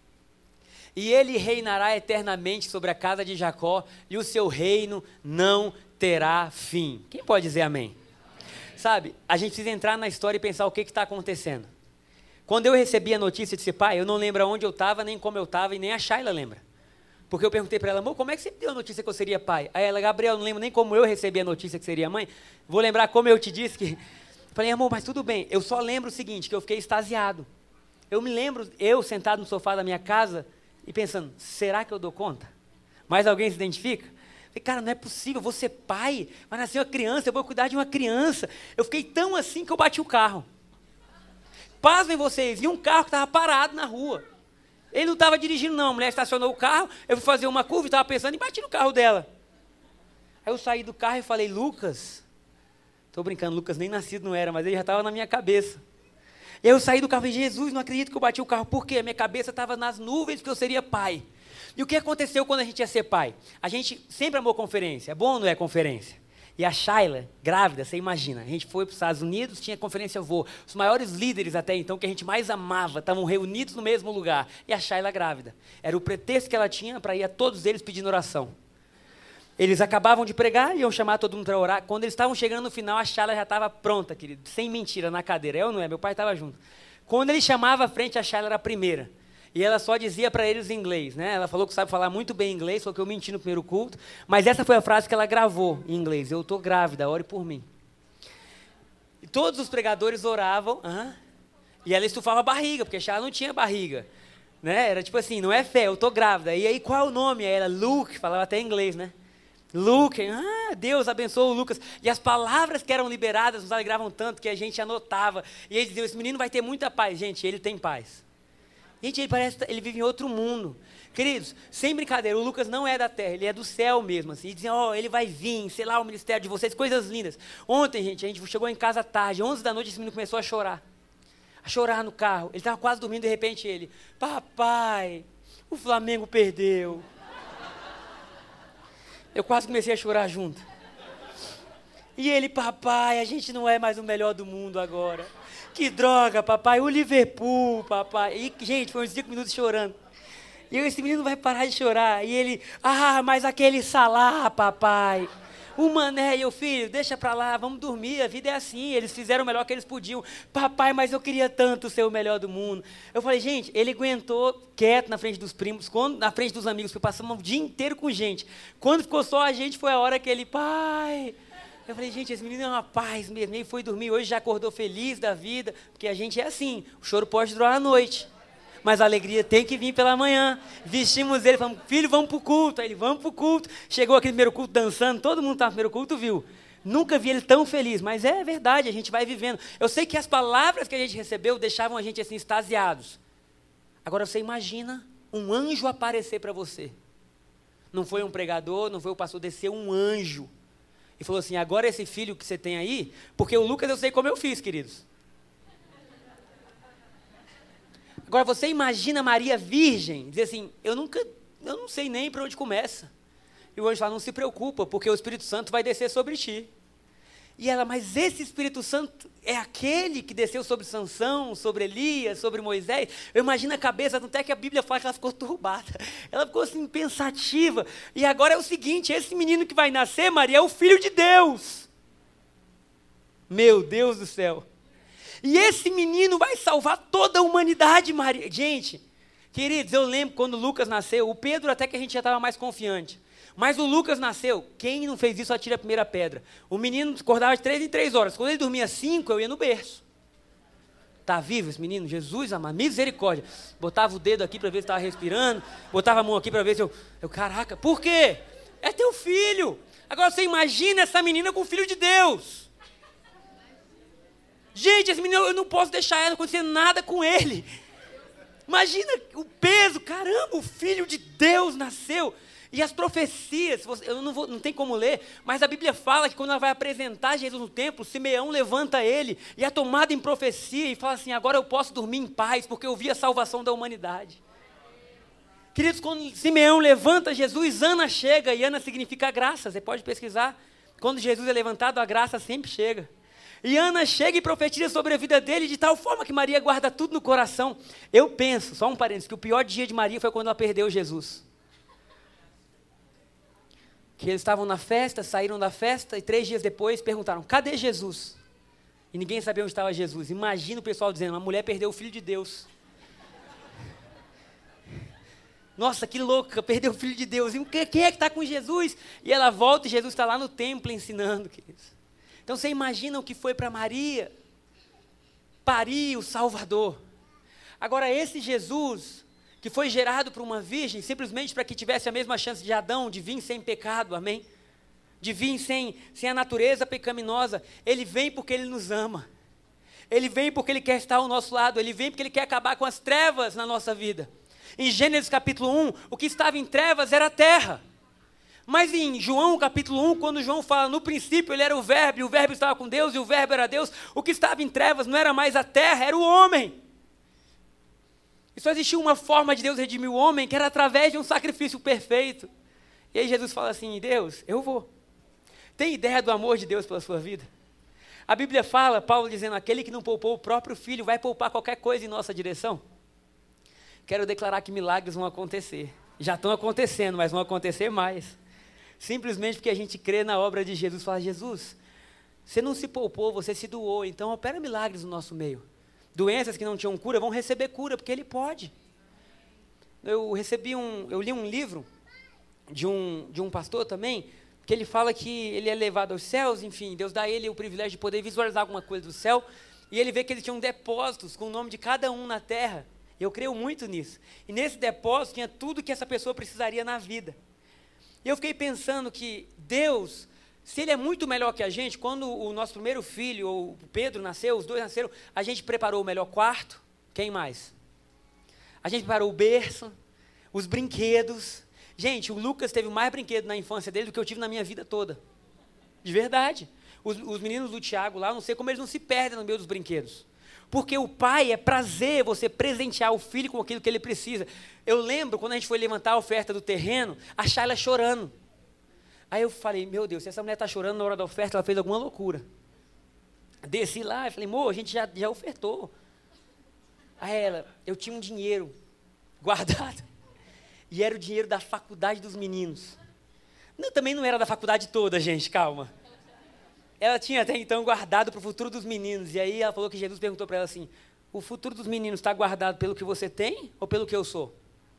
E ele reinará eternamente sobre a casa de Jacó, e o seu reino não terá fim. Quem pode dizer amém? Sabe, a gente precisa entrar na história e pensar o que está acontecendo. Quando eu recebi a notícia de ser pai, eu não lembro onde eu estava, nem como eu estava, e nem a Shayla lembra. Porque eu perguntei para ela, amor, como é que você deu a notícia que eu seria pai? Aí ela, Gabriel, não lembro nem como eu recebi a notícia que seria mãe. Vou lembrar como eu te disse que... Falei, amor, mas tudo bem. Eu só lembro o seguinte, que eu fiquei extasiado. Eu me lembro, eu sentado no sofá da minha casa e pensando, será que eu dou conta? Mais alguém se identifica? Falei, cara, não é possível, eu vou ser pai, vai nascer uma criança, eu vou cuidar de uma criança. Eu fiquei tão assim que eu bati o carro. Pasmem vocês, e um carro que estava parado na rua. Ele não estava dirigindo não, a mulher estacionou o carro, eu fui fazer uma curva e estava pensando e bati no carro dela. Aí eu saí do carro e falei, Lucas, estou brincando, Lucas nem nascido não era, mas ele já estava na minha cabeça. E aí eu saí do carro e falei, Jesus, não acredito que eu bati o carro, por quê? A minha cabeça estava nas nuvens porque eu seria pai. E o que aconteceu quando a gente ia ser pai? A gente sempre amou conferência, é bom ou não é conferência? E a Shayla, grávida, você imagina, a gente foi para os Estados Unidos, tinha conferência vô, os maiores líderes até então, que a gente mais amava, estavam reunidos no mesmo lugar, e a Shayla grávida. Era o pretexto que ela tinha para ir a todos eles pedindo oração. Eles acabavam de pregar, iam chamar todo mundo para orar, quando eles estavam chegando no final, a Shayla já estava pronta, querido, sem mentira, na cadeira, eu não é, meu pai estava junto. Quando ele chamava à frente, a Shayla era a primeira. E ela só dizia para eles em inglês, né? Ela falou que sabe falar muito bem inglês, falou que eu menti no primeiro culto, mas essa foi a frase que ela gravou em inglês, eu estou grávida, ore por mim. E todos os pregadores oravam, e ela estufava a barriga, porque ela não tinha barriga. Né? Era tipo assim, não é fé, eu tô grávida. E aí, qual é o nome? Aí era Luke, falava até em inglês, né? Luke, Deus abençoou o Lucas. E as palavras que eram liberadas nos alegravam tanto que a gente anotava. E eles diziam, esse menino vai ter muita paz. Gente, ele tem paz. Gente, ele vive em outro mundo. Queridos, sem brincadeira, o Lucas não é da terra, ele é do céu mesmo. Assim, e diziam, ele vai vir, sei lá, o ministério de vocês, coisas lindas. Ontem, gente, a gente chegou em casa tarde, 11 da noite, esse menino começou a chorar no carro. Ele estava quase dormindo, de repente ele, papai, o Flamengo perdeu. Eu quase comecei a chorar junto. E ele, papai, a gente não é mais o melhor do mundo agora. Que droga, papai, o Liverpool, papai. E, gente, foi uns 5 minutos chorando. E esse menino vai parar de chorar. E ele, mas aquele Salah, papai. O Mané e o filho, deixa pra lá, vamos dormir, a vida é assim. Eles fizeram o melhor que eles podiam. Papai, mas eu queria tanto ser o melhor do mundo. Eu falei, gente, ele aguentou quieto na frente dos primos, na frente dos amigos, porque passamos o dia inteiro com gente. Quando ficou só a gente, foi a hora que ele, pai... Eu falei, gente, esse menino é uma paz mesmo. Ele foi dormir, hoje já acordou feliz da vida, porque a gente é assim, o choro pode durar a noite, mas a alegria tem que vir pela manhã. Vestimos ele, falamos, filho, vamos para o culto. Aí ele, vamos para o culto. Chegou aquele primeiro culto dançando, todo mundo estava no primeiro culto, viu? Nunca vi ele tão feliz, mas é verdade, a gente vai vivendo. Eu sei que as palavras que a gente recebeu deixavam a gente assim, extasiados. Agora você imagina um anjo aparecer para você. Não foi um pregador, não foi o pastor, desceu um anjo. E falou assim, agora esse filho que você tem aí, porque o Lucas eu sei como eu fiz, queridos. Agora você imagina Maria virgem, dizer assim, eu não sei nem para onde começa. E o anjo fala, não se preocupa, porque o Espírito Santo vai descer sobre ti. E ela, mas esse Espírito Santo é aquele que desceu sobre Sansão, sobre Elias, sobre Moisés. Eu imagino a cabeça, até que a Bíblia fala que ela ficou turbada. Ela ficou assim, pensativa. E agora é o seguinte, esse menino que vai nascer, Maria, é o Filho de Deus. Meu Deus do céu. E esse menino vai salvar toda a humanidade, Maria. Gente, queridos, eu lembro quando o Lucas nasceu, o Pedro até que a gente já estava mais confiante. Mas o Lucas nasceu, quem não fez isso atira a primeira pedra. O menino acordava de 3 em 3 horas. Quando ele dormia 5, eu ia no berço. Está vivo esse menino? Jesus amado, misericórdia. Botava o dedo aqui para ver se estava respirando, botava a mão aqui para ver se eu... Caraca, por quê? É teu filho. Agora você imagina essa menina com o Filho de Deus. Gente, esse menino, eu não posso deixar ela acontecer nada com ele. Imagina o peso, caramba, o Filho de Deus nasceu. E as profecias, eu não tem como ler, mas a Bíblia fala que quando ela vai apresentar Jesus no templo, Simeão levanta ele e é tomado em profecia e fala assim, agora eu posso dormir em paz, porque eu vi a salvação da humanidade. Queridos, quando Simeão levanta Jesus, Ana chega, e Ana significa graça, você pode pesquisar. Quando Jesus é levantado, a graça sempre chega. E Ana chega e profetiza sobre a vida dele de tal forma que Maria guarda tudo no coração. Eu penso, só um parênteses, que o pior dia de Maria foi quando ela perdeu Jesus. Que eles estavam na festa, saíram da festa e 3 dias depois perguntaram, cadê Jesus? E ninguém sabia onde estava Jesus. Imagina o pessoal dizendo, uma mulher perdeu o Filho de Deus. Nossa, que louca, perdeu o Filho de Deus. E quem é que está com Jesus? E ela volta e Jesus está lá no templo ensinando, queridos. Então você imagina o que foi para Maria parir o Salvador. Agora esse Jesus... que foi gerado por uma virgem, simplesmente para que tivesse a mesma chance de Adão, de vir sem pecado, amém? De vir sem a natureza pecaminosa. Ele vem porque Ele nos ama. Ele vem porque Ele quer estar ao nosso lado. Ele vem porque Ele quer acabar com as trevas na nossa vida. Em Gênesis capítulo 1, o que estava em trevas era a terra. Mas em João capítulo 1, quando João fala, no princípio Ele era o Verbo, e o Verbo estava com Deus, e o Verbo era Deus, o que estava em trevas não era mais a terra, era o homem. E só existia uma forma de Deus redimir o homem, que era através de um sacrifício perfeito. E aí Jesus fala assim, Deus, eu vou. Tem ideia do amor de Deus pela sua vida? A Bíblia fala, Paulo dizendo, aquele que não poupou o próprio filho, vai poupar qualquer coisa em nossa direção? Quero declarar que milagres vão acontecer. Já estão acontecendo, mas vão acontecer mais. Simplesmente porque a gente crê na obra de Jesus. Fala, Jesus, você não se poupou, você se doou, então opera milagres no nosso meio. Doenças que não tinham cura vão receber cura, porque Ele pode. Eu li um livro de um pastor também, que ele fala que ele é levado aos céus, enfim, Deus dá a ele o privilégio de poder visualizar alguma coisa do céu, e ele vê que eles tinham depósitos com o nome de cada um na terra, Eu creio muito nisso. E nesse depósito tinha tudo que essa pessoa precisaria na vida. E eu fiquei pensando que Deus, se Ele é muito melhor que a gente, quando o nosso primeiro filho, ou o Pedro nasceu, os dois nasceram, a gente preparou o melhor quarto. Quem mais? A gente preparou o berço, os brinquedos. Gente, o Lucas teve mais brinquedo na infância dele do que eu tive na minha vida toda. De verdade. Os meninos do Tiago lá, não sei como eles não se perdem no meio dos brinquedos. Porque o pai, é prazer você presentear o filho com aquilo que ele precisa. Eu lembro, quando a gente foi levantar a oferta do terreno, a Shayla chorando. Aí eu falei, meu Deus, se essa mulher está chorando na hora da oferta, ela fez alguma loucura. Desci lá e falei, amor, a gente já ofertou. Aí ela, eu tinha um dinheiro guardado. E era o dinheiro da faculdade dos meninos. Não, também não era da faculdade toda, gente, calma. Ela tinha até então guardado para o futuro dos meninos. E aí ela falou que Jesus perguntou para ela assim, o futuro dos meninos está guardado pelo que você tem ou pelo que eu sou?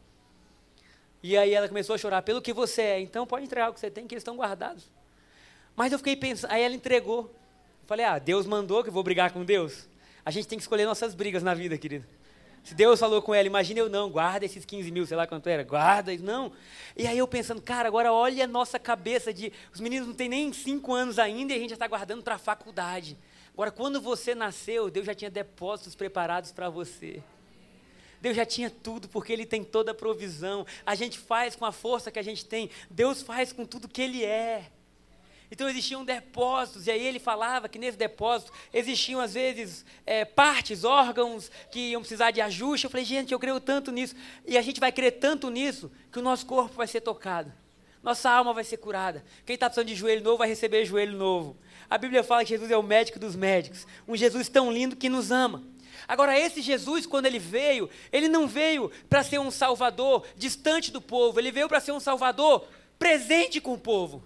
E aí ela começou a chorar, pelo que você é. Então pode entregar o que você tem, que eles estão guardados. Mas eu fiquei pensando, aí ela entregou. Eu falei, Deus mandou que eu vou brigar com Deus? A gente tem que escolher nossas brigas na vida, querido. Se Deus falou com ela, imagina eu não, guarda esses 15 mil, sei lá quanto era, guarda, não. E aí eu pensando, cara, agora olha a nossa cabeça de, os meninos não têm nem 5 anos ainda e a gente já está guardando para a faculdade. Agora, quando você nasceu, Deus já tinha depósitos preparados para você. Deus já tinha tudo, porque Ele tem toda a provisão. A gente faz com a força que a gente tem, Deus faz com tudo que Ele é. Então existiam depósitos, e aí ele falava que nesse depósito existiam às vezes partes, órgãos que iam precisar de ajuste. Eu falei, gente, eu creio tanto nisso, e a gente vai crer tanto nisso, que o nosso corpo vai ser tocado, nossa alma vai ser curada. Quem está precisando de joelho novo vai receber joelho novo. A Bíblia fala que Jesus é o médico dos médicos, um Jesus tão lindo que nos ama. Agora esse Jesus, quando ele veio, ele não veio para ser um salvador distante do povo, ele veio para ser um salvador presente com o povo.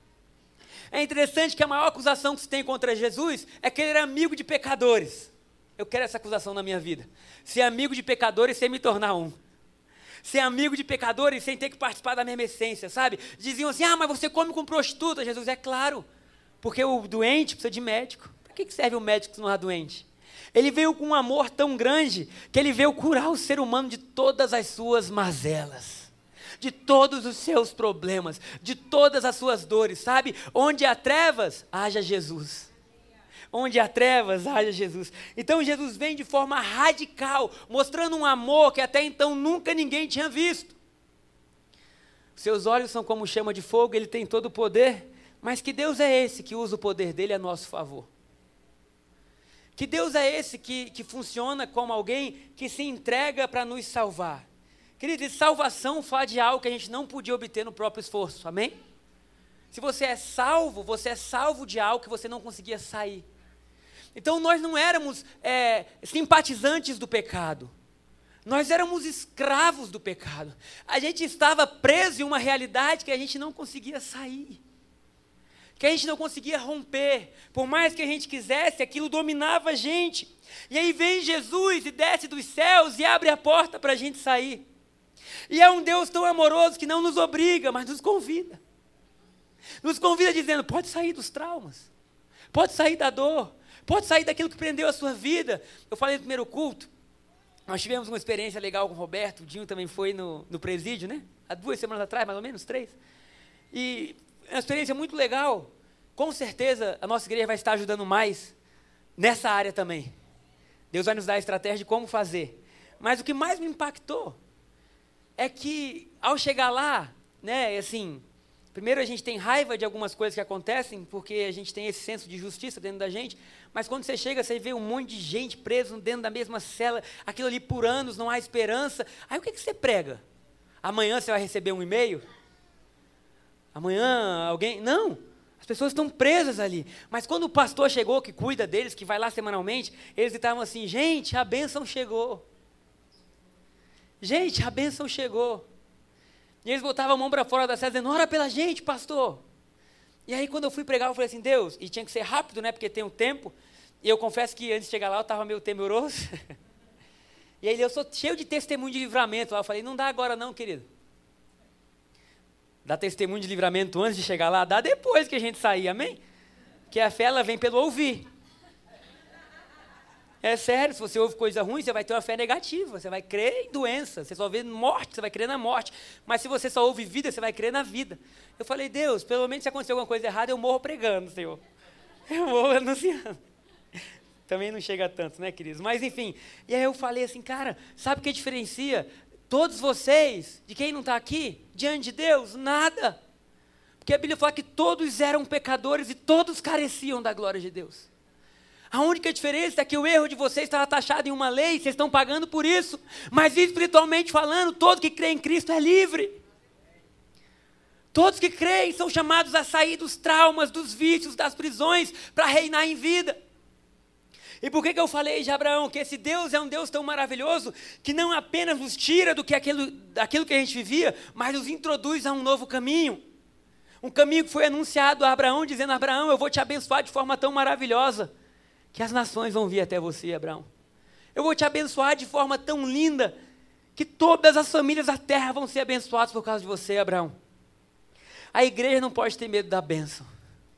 É interessante que a maior acusação que se tem contra Jesus é que ele era amigo de pecadores. Eu quero essa acusação na minha vida. Ser amigo de pecadores sem me tornar um. Ser amigo de pecadores sem ter que participar da mesma essência, sabe? Diziam assim, mas você come com prostituta. Jesus, é claro, porque o doente precisa de médico. Para que serve o médico se não é doente? Ele veio com um amor tão grande que ele veio curar o ser humano de todas as suas mazelas, de todos os seus problemas, de todas as suas dores, sabe? Onde há trevas, haja Jesus. Onde há trevas, haja Jesus. Então Jesus vem de forma radical, mostrando um amor que até então nunca ninguém tinha visto. Seus olhos são como chama de fogo, Ele tem todo o poder, mas que Deus é esse que usa o poder dEle a nosso favor? Que Deus é esse que funciona como alguém que se entrega para nos salvar? Queridos, salvação fala de algo que a gente não podia obter no próprio esforço, amém? Se você é salvo de algo que você não conseguia sair. Então nós não éramos simpatizantes do pecado, nós éramos escravos do pecado. A gente estava preso em uma realidade que a gente não conseguia sair, que a gente não conseguia romper. Por mais que a gente quisesse, aquilo dominava a gente. E aí vem Jesus e desce dos céus e abre a porta para a gente sair. E é um Deus tão amoroso que não nos obriga, mas nos convida. Nos convida dizendo, pode sair dos traumas, pode sair da dor, pode sair daquilo que prendeu a sua vida. Eu falei no primeiro culto, nós tivemos uma experiência legal com o Roberto, o Dinho também foi no presídio, né? Há 2 semanas atrás, mais ou menos, 3. E é uma experiência muito legal. Com certeza a nossa igreja vai estar ajudando mais nessa área também. Deus vai nos dar a estratégia de como fazer. Mas o que mais me impactou é que ao chegar lá, né, assim, primeiro a gente tem raiva de algumas coisas que acontecem, porque a gente tem esse senso de justiça dentro da gente, mas quando você chega, você vê um monte de gente preso dentro da mesma cela, aquilo ali por anos, não há esperança. Aí o que você prega? Amanhã você vai receber um e-mail? Amanhã alguém... Não! As pessoas estão presas ali. Mas quando o pastor chegou, que cuida deles, que vai lá semanalmente, eles estavam assim, gente, a bênção chegou. Gente, a bênção chegou. E eles botavam a mão para fora da cela, dizendo, ora pela gente, pastor. E aí quando eu fui pregar, eu falei assim, Deus, e tinha que ser rápido, né, porque tem um tempo, e eu confesso que antes de chegar lá, eu estava meio temeroso. E aí eu sou cheio de testemunho de livramento lá, eu falei, não dá agora não, querido. Dá testemunho de livramento antes de chegar lá, dá depois que a gente sair, amém? Porque a fé, ela vem pelo ouvir. É sério, se você ouve coisa ruim, você vai ter uma fé negativa, você vai crer em doença, você só vê morte, você vai crer na morte. Mas se você só ouve vida, você vai crer na vida. Eu falei, Deus, pelo menos se acontecer alguma coisa errada, eu morro pregando, Senhor. Eu morro anunciando. Também não chega tanto, né, queridos? Mas enfim, e aí eu falei assim, cara, sabe o que diferencia todos vocês de quem não está aqui, diante de Deus? Nada. Porque a Bíblia fala que todos eram pecadores e todos careciam da glória de Deus. A única diferença é que o erro de vocês estava taxado em uma lei, vocês estão pagando por isso. Mas espiritualmente falando, todo que crê em Cristo é livre. Todos que creem são chamados a sair dos traumas, dos vícios, das prisões, para reinar em vida. E por que eu falei de Abraão? Que esse Deus é um Deus tão maravilhoso, que não apenas nos tira daquilo que a gente vivia, mas nos introduz a um novo caminho. Um caminho que foi anunciado a Abraão, dizendo, Abraão, eu vou te abençoar de forma tão maravilhosa, que as nações vão vir até você, Abraão. Eu vou te abençoar de forma tão linda, que todas as famílias da terra vão ser abençoadas por causa de você, Abraão. A igreja não pode ter medo da bênção.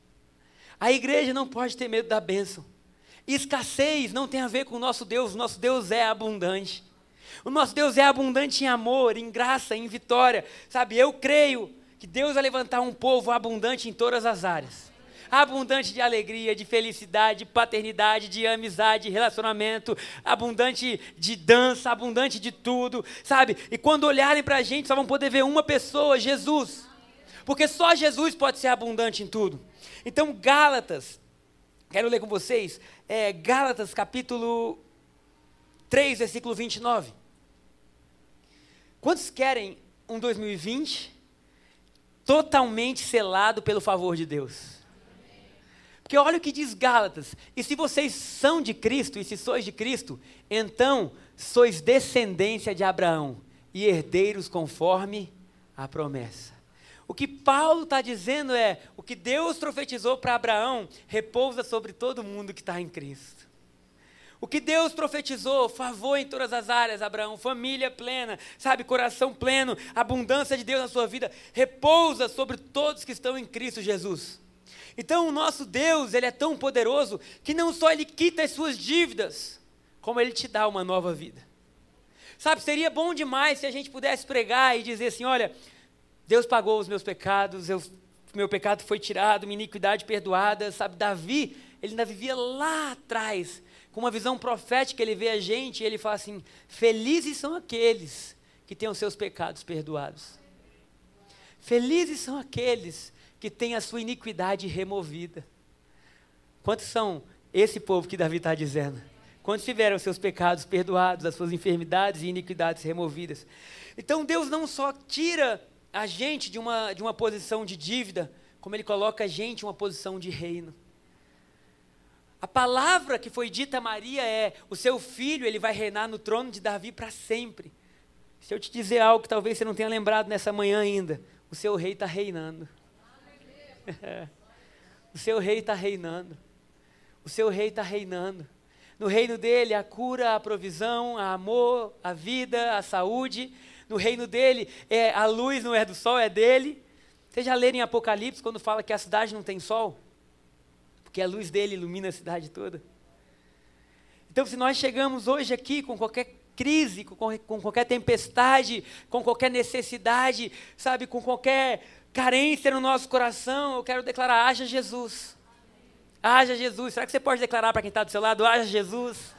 A igreja não pode ter medo da bênção. Escassez não tem a ver com o nosso Deus é abundante. O nosso Deus é abundante em amor, em graça, em vitória. Sabe, eu creio que Deus vai levantar um povo abundante em todas as áreas. Abundante de alegria, de felicidade, de paternidade, de amizade, de relacionamento, abundante de dança, abundante de tudo, sabe? E quando olharem para a gente, só vão poder ver uma pessoa, Jesus. Porque só Jesus pode ser abundante em tudo. Então, Gálatas, quero ler com vocês, Gálatas capítulo 3, versículo 29. Quantos querem um 2020 totalmente selado pelo favor de Deus? Porque olha o que diz Gálatas, e se vocês são de Cristo, e se sois de Cristo, então sois descendência de Abraão, e herdeiros conforme a promessa. O que Paulo está dizendo é, o que Deus profetizou para Abraão, repousa sobre todo mundo que está em Cristo. O que Deus profetizou, favor em todas as áreas, Abraão, família plena, sabe, coração pleno, abundância de Deus na sua vida, repousa sobre todos que estão em Cristo Jesus. Então o nosso Deus, Ele é tão poderoso, que não só Ele quita as suas dívidas, como Ele te dá uma nova vida. Sabe, seria bom demais se a gente pudesse pregar e dizer assim, olha, Deus pagou os meus pecados, meu pecado foi tirado, minha iniquidade perdoada, sabe, Davi, ele ainda vivia lá atrás, com uma visão profética, ele vê a gente e ele fala assim, felizes são aqueles que têm os seus pecados perdoados. Felizes são aqueles que têm a sua iniquidade removida. Quantos são esse povo que Davi está dizendo? Quantos tiveram os seus pecados perdoados, as suas enfermidades e iniquidades removidas? Então Deus não só tira a gente de uma posição de dívida, como Ele coloca a gente em uma posição de reino. A palavra que foi dita a Maria é, o seu filho, ele vai reinar no trono de Davi para sempre. Se eu te dizer algo que talvez você não tenha lembrado nessa manhã ainda, o seu rei está reinando. O seu rei está reinando. O seu rei está reinando. No reino dele, a cura, a provisão, o amor, a vida, a saúde. No reino dele, a luz não é do sol, é dele. Vocês já leram em Apocalipse, quando fala que a cidade não tem sol? Porque a luz dele ilumina a cidade toda. Então, se nós chegamos hoje aqui com qualquer crise, com qualquer tempestade, com qualquer necessidade, sabe, com qualquer carência no nosso coração, eu quero declarar, haja Jesus. Haja Jesus. Será que você pode declarar para quem está do seu lado, haja Jesus?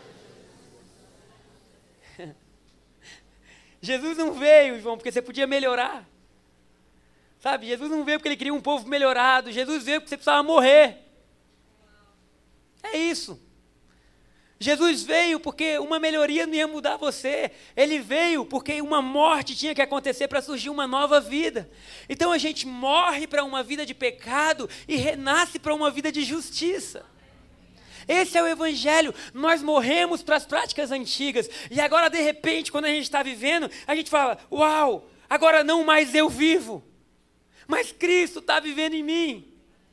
Jesus não veio, João, porque você podia melhorar. Sabe, Jesus não veio porque Ele queria um povo melhorado. Jesus veio porque você precisava morrer. É isso. Jesus veio porque uma melhoria não ia mudar você. Ele veio porque uma morte tinha que acontecer para surgir uma nova vida. Então a gente morre para uma vida de pecado e renasce para uma vida de justiça. Esse é o Evangelho. Nós morremos para as práticas antigas. E agora, de repente, quando a gente está vivendo, a gente fala, uau, agora não mais eu vivo, mas Cristo está vivendo em mim.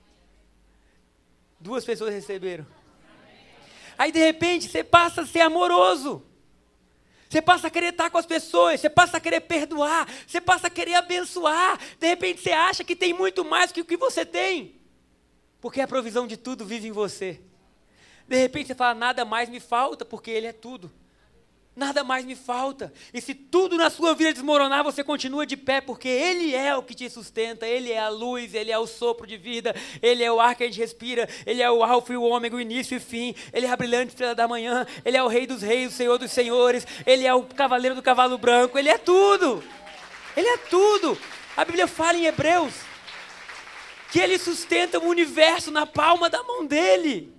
2 pessoas receberam. Aí, de repente, você passa a ser amoroso. Você passa a querer estar com as pessoas. Você passa a querer perdoar. Você passa a querer abençoar. De repente, você acha que tem muito mais que o que você tem. Porque a provisão de tudo vive em você. De repente você fala, nada mais me falta, porque Ele é tudo. Nada mais me falta. E se tudo na sua vida desmoronar, você continua de pé, porque Ele é o que te sustenta, Ele é a luz, Ele é o sopro de vida, Ele é o ar que a gente respira, Ele é o alfa e o ômega, o início e o fim, Ele é a brilhante estrela da manhã, Ele é o Rei dos reis, o Senhor dos senhores, Ele é o cavaleiro do cavalo branco, Ele é tudo. Ele é tudo. A Bíblia fala em Hebreus que Ele sustenta o universo na palma da mão dEle.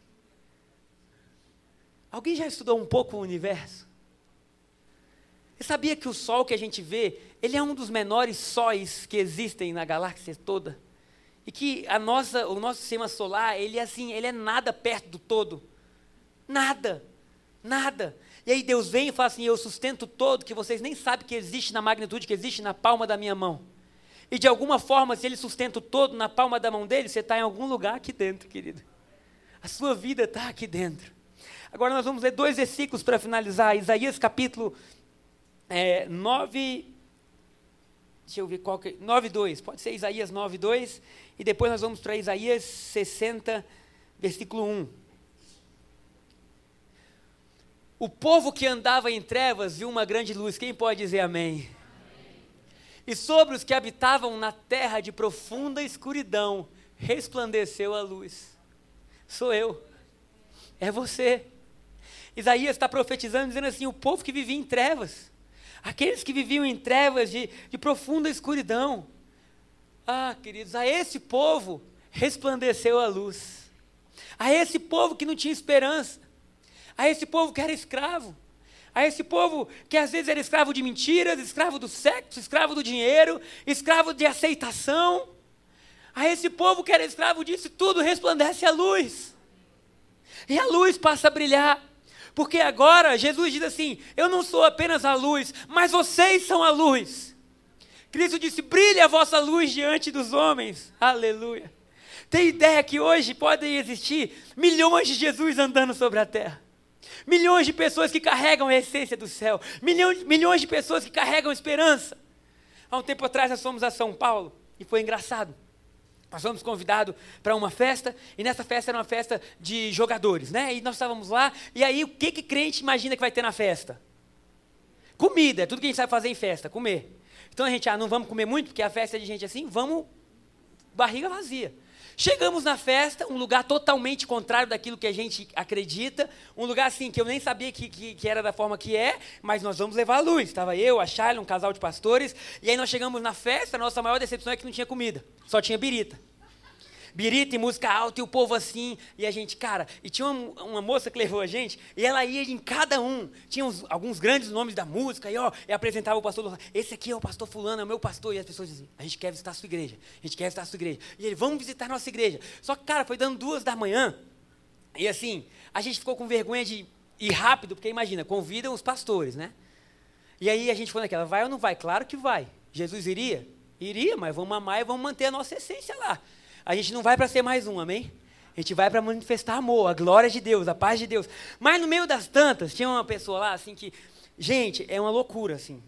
Alguém já estudou um pouco o universo? Você sabia que o Sol que a gente vê, ele é um dos menores sóis que existem na galáxia toda? E que o nosso sistema solar, ele é nada perto do todo. Nada. Nada. E aí Deus vem e fala assim, eu sustento todo, que vocês nem sabem que existe na magnitude, que existe na palma da minha mão. E de alguma forma, se Ele sustenta o todo na palma da mão dele, você está em algum lugar aqui dentro, querido. A sua vida está aqui dentro. Agora nós vamos ler 2 versículos para finalizar. Isaías capítulo 9, deixa eu ver qual que é, 9:2, pode ser Isaías 9:2, e depois nós vamos para Isaías 60, versículo 1. O povo que andava em trevas viu uma grande luz, quem pode dizer amém? Amém. E sobre os que habitavam na terra de profunda escuridão, resplandeceu a luz. Sou eu, é você. Isaías está profetizando, dizendo assim, o povo que vivia em trevas, aqueles que viviam em trevas de profunda escuridão, queridos, a esse povo resplandeceu a luz, a esse povo que não tinha esperança, a esse povo que era escravo, a esse povo que às vezes era escravo de mentiras, escravo do sexo, escravo do dinheiro, escravo de aceitação, a esse povo que era escravo disso tudo, resplandece a luz, e a luz passa a brilhar. Porque agora Jesus diz assim, eu não sou apenas a luz, mas vocês são a luz. Cristo disse, brilhe a vossa luz diante dos homens. Aleluia. Tem ideia que hoje podem existir milhões de Jesus andando sobre a terra. Milhões de pessoas que carregam a essência do céu. Milhões de pessoas que carregam esperança. Há um tempo atrás nós fomos a São Paulo e foi engraçado. Nós fomos convidados para uma festa, e nessa festa era uma festa de jogadores, né? E nós estávamos lá, e aí o que crente imagina que vai ter na festa? Comida, é tudo que a gente sabe fazer em festa, comer. Então a gente, não vamos comer muito, porque a festa é de gente assim, vamos, barriga vazia. Chegamos na festa, um lugar totalmente contrário daquilo que a gente acredita, um lugar assim que eu nem sabia que era da forma que é, mas nós vamos levar a luz. Estava eu, a Shayla, um casal de pastores, e aí nós chegamos na festa, a nossa maior decepção é que não tinha comida, só tinha birita. Birita e música alta, e o povo assim, e a gente, cara, e tinha uma moça que levou a gente, e ela ia em cada um, tinha alguns grandes nomes da música, e apresentava o pastor, esse aqui é o pastor fulano, é o meu pastor, e as pessoas diziam, a gente quer visitar a sua igreja, e ele, vamos visitar a nossa igreja, só que, cara, foi dando 2 da manhã, e assim, a gente ficou com vergonha de ir rápido, porque imagina, convidam os pastores, né, e aí a gente foi naquela, vai ou não vai? Claro que vai, Jesus iria? Iria, mas vamos amar e vamos manter a nossa essência lá. A gente não vai para ser mais um, amém? A gente vai para manifestar amor, a glória de Deus, a paz de Deus. Mas no meio das tantas, tinha uma pessoa lá, assim, que... Gente, é uma loucura, assim.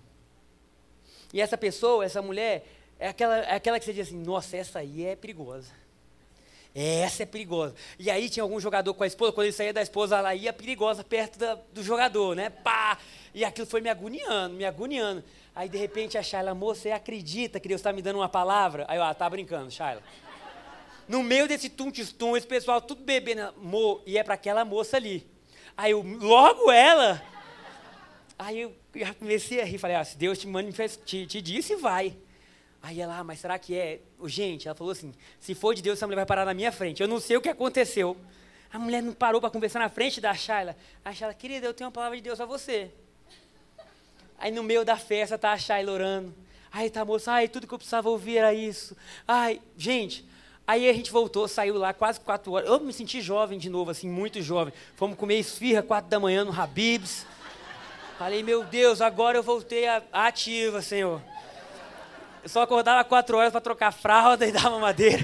E essa pessoa, essa mulher, é aquela que você diz assim, nossa, essa aí é perigosa. Essa é perigosa. E aí tinha algum jogador com a esposa, quando ele saía da esposa, ela ia perigosa perto do jogador, né? Pá! E aquilo foi me agoniando. Aí, de repente, a Shayla, moça, você acredita que Deus está me dando uma palavra? Aí eu, tá brincando, Shayla. No meio desse tum-tum, esse pessoal tudo bebendo, e é para aquela moça ali. Aí eu, logo ela. Aí eu já comecei a rir, falei, se Deus te disse, vai. Aí ela, mas será que é? Gente, ela falou assim, se for de Deus, essa mulher vai parar na minha frente. Eu não sei o que aconteceu. A mulher não parou para conversar na frente da Shayla. A Shayla, querida, eu tenho uma palavra de Deus a você. Aí no meio da festa tá a Shayla orando. Aí tá a moça, tudo que eu precisava ouvir era isso. Gente... Aí a gente voltou, saiu lá quase 4 horas. Eu me senti jovem de novo, assim, muito jovem. Fomos comer esfirra 4 da manhã no Habib's. Falei, meu Deus, agora eu voltei ativa, Senhor. Eu só acordava 4 horas para trocar fralda e dar mamadeira.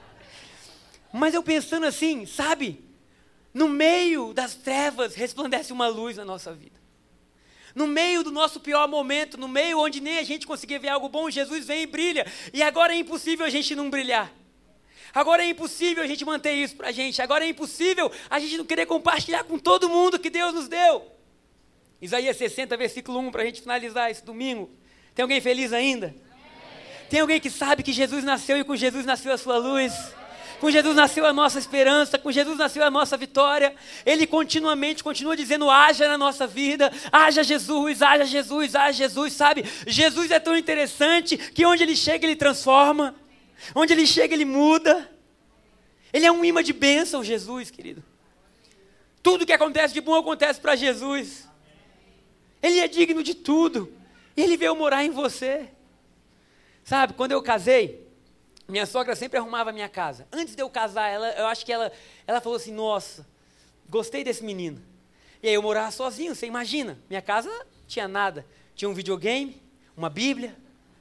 Mas eu pensando assim, sabe? No meio das trevas resplandece uma luz na nossa vida. No meio do nosso pior momento, no meio onde nem a gente conseguia ver algo bom, Jesus vem e brilha. E agora é impossível a gente não brilhar. Agora é impossível a gente manter isso para a gente. Agora é impossível a gente não querer compartilhar com todo mundo que Deus nos deu. Isaías 60, versículo 1, para a gente finalizar esse domingo. Tem alguém feliz ainda? Amém. Tem alguém que sabe que Jesus nasceu e com Jesus nasceu a sua luz? Com Jesus nasceu a nossa esperança, com Jesus nasceu a nossa vitória. Ele continuamente continua dizendo, haja na nossa vida, haja Jesus, haja Jesus, haja Jesus, sabe? Jesus é tão interessante que onde Ele chega, Ele transforma. Onde Ele chega, Ele muda. Ele é um imã de bênção, Jesus, querido. Tudo que acontece de bom acontece para Jesus. Ele é digno de tudo. E Ele veio morar em você. Sabe, quando eu casei, minha sogra sempre arrumava a minha casa. Antes de eu casar, eu acho que ela falou assim, nossa, gostei desse menino. E aí eu morava sozinho, você imagina. Minha casa não tinha nada. Tinha um videogame, uma Bíblia.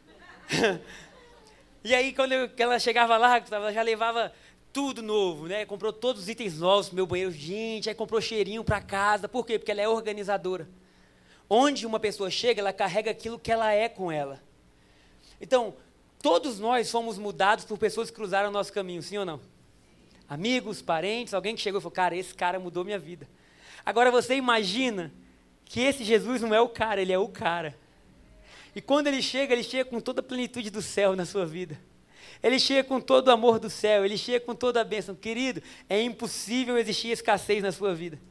E aí quando ela chegava lá, ela já levava tudo novo, né? Comprou todos os itens novos pro meu banheiro. Gente, aí comprou cheirinho para casa. Por quê? Porque ela é organizadora. Onde uma pessoa chega, ela carrega aquilo que ela é com ela. Então, todos nós fomos mudados por pessoas que cruzaram o nosso caminho, sim ou não? Amigos, parentes, alguém que chegou e falou, cara, esse cara mudou minha vida. Agora você imagina que esse Jesus não é o cara, ele é o cara. E quando ele chega com toda a plenitude do céu na sua vida. Ele chega com todo o amor do céu, ele chega com toda a bênção. Querido, é impossível existir escassez na sua vida.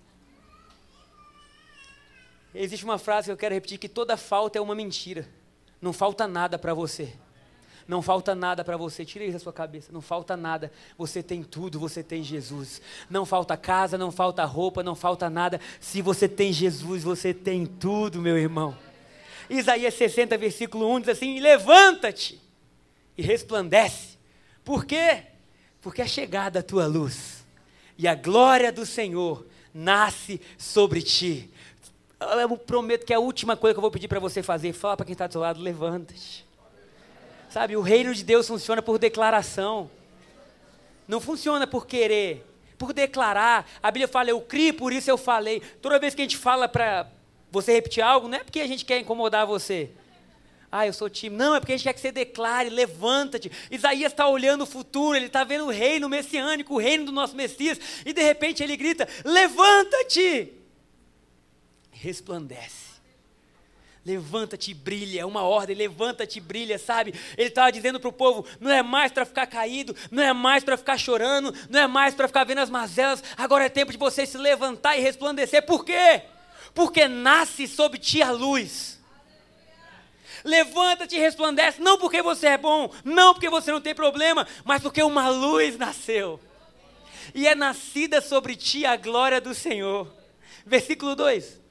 Existe uma frase que eu quero repetir, que toda falta é uma mentira. Não falta nada para você. Não falta nada para você, tira isso da sua cabeça, não falta nada, você tem tudo, você tem Jesus. Não falta casa, não falta roupa, não falta nada. Se você tem Jesus, você tem tudo, meu irmão. Isaías 60, versículo 1 diz assim, levanta-te e resplandece. Por quê? Porque é chegada a tua luz e a glória do Senhor nasce sobre ti. Eu prometo que é a última coisa que eu vou pedir para você fazer, fala para quem está do seu lado, levanta-te. Sabe, o reino de Deus funciona por declaração. Não funciona por querer, por declarar. A Bíblia fala, eu criei, por isso eu falei. Toda vez que a gente fala para você repetir algo, não é porque a gente quer incomodar você. Ah, eu sou tímido. Não, é porque a gente quer que você declare, levanta-te. Isaías está olhando o futuro, ele está vendo o reino messiânico, o reino do nosso Messias. E de repente ele grita, levanta-te. Resplandece. Levanta-te e brilha, é uma ordem, levanta-te e brilha, sabe? Ele estava dizendo para o povo, não é mais para ficar caído, não é mais para ficar chorando, não é mais para ficar vendo as mazelas, agora é tempo de você se levantar e resplandecer. Por quê? Porque nasce sobre ti a luz. Levanta-te e resplandece, não porque você é bom, não porque você não tem problema, mas porque uma luz nasceu. E é nascida sobre ti a glória do Senhor. Versículo 2.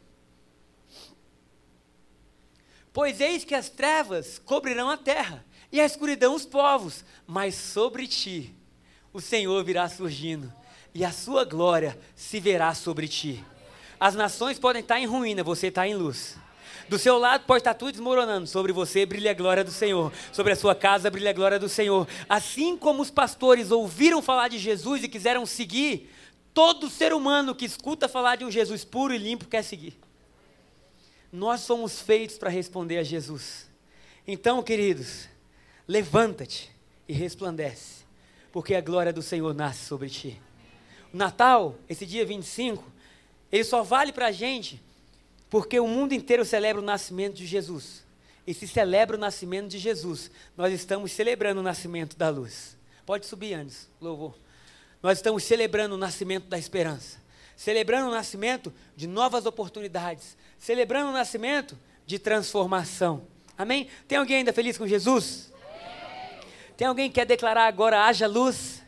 Pois eis que as trevas cobrirão a terra, e a escuridão os povos, mas sobre ti o Senhor virá surgindo, e a sua glória se verá sobre ti. As nações podem estar em ruína, você está em luz. Do seu lado pode estar tudo desmoronando, sobre você brilha a glória do Senhor, sobre a sua casa brilha a glória do Senhor. Assim como os pastores ouviram falar de Jesus e quiseram seguir, todo ser humano que escuta falar de um Jesus puro e limpo quer seguir. Nós somos feitos para responder a Jesus. Então, queridos, levanta-te e resplandece, porque a glória do Senhor nasce sobre ti. O Natal, esse dia 25, ele só vale para a gente, porque o mundo inteiro celebra o nascimento de Jesus. E se celebra o nascimento de Jesus, nós estamos celebrando o nascimento da luz. Pode subir antes, louvor. Nós estamos celebrando o nascimento da esperança. Celebrando o nascimento de novas oportunidades. Celebrando o nascimento de transformação. Amém? Tem alguém ainda feliz com Jesus? Tem alguém que quer declarar agora, haja luz?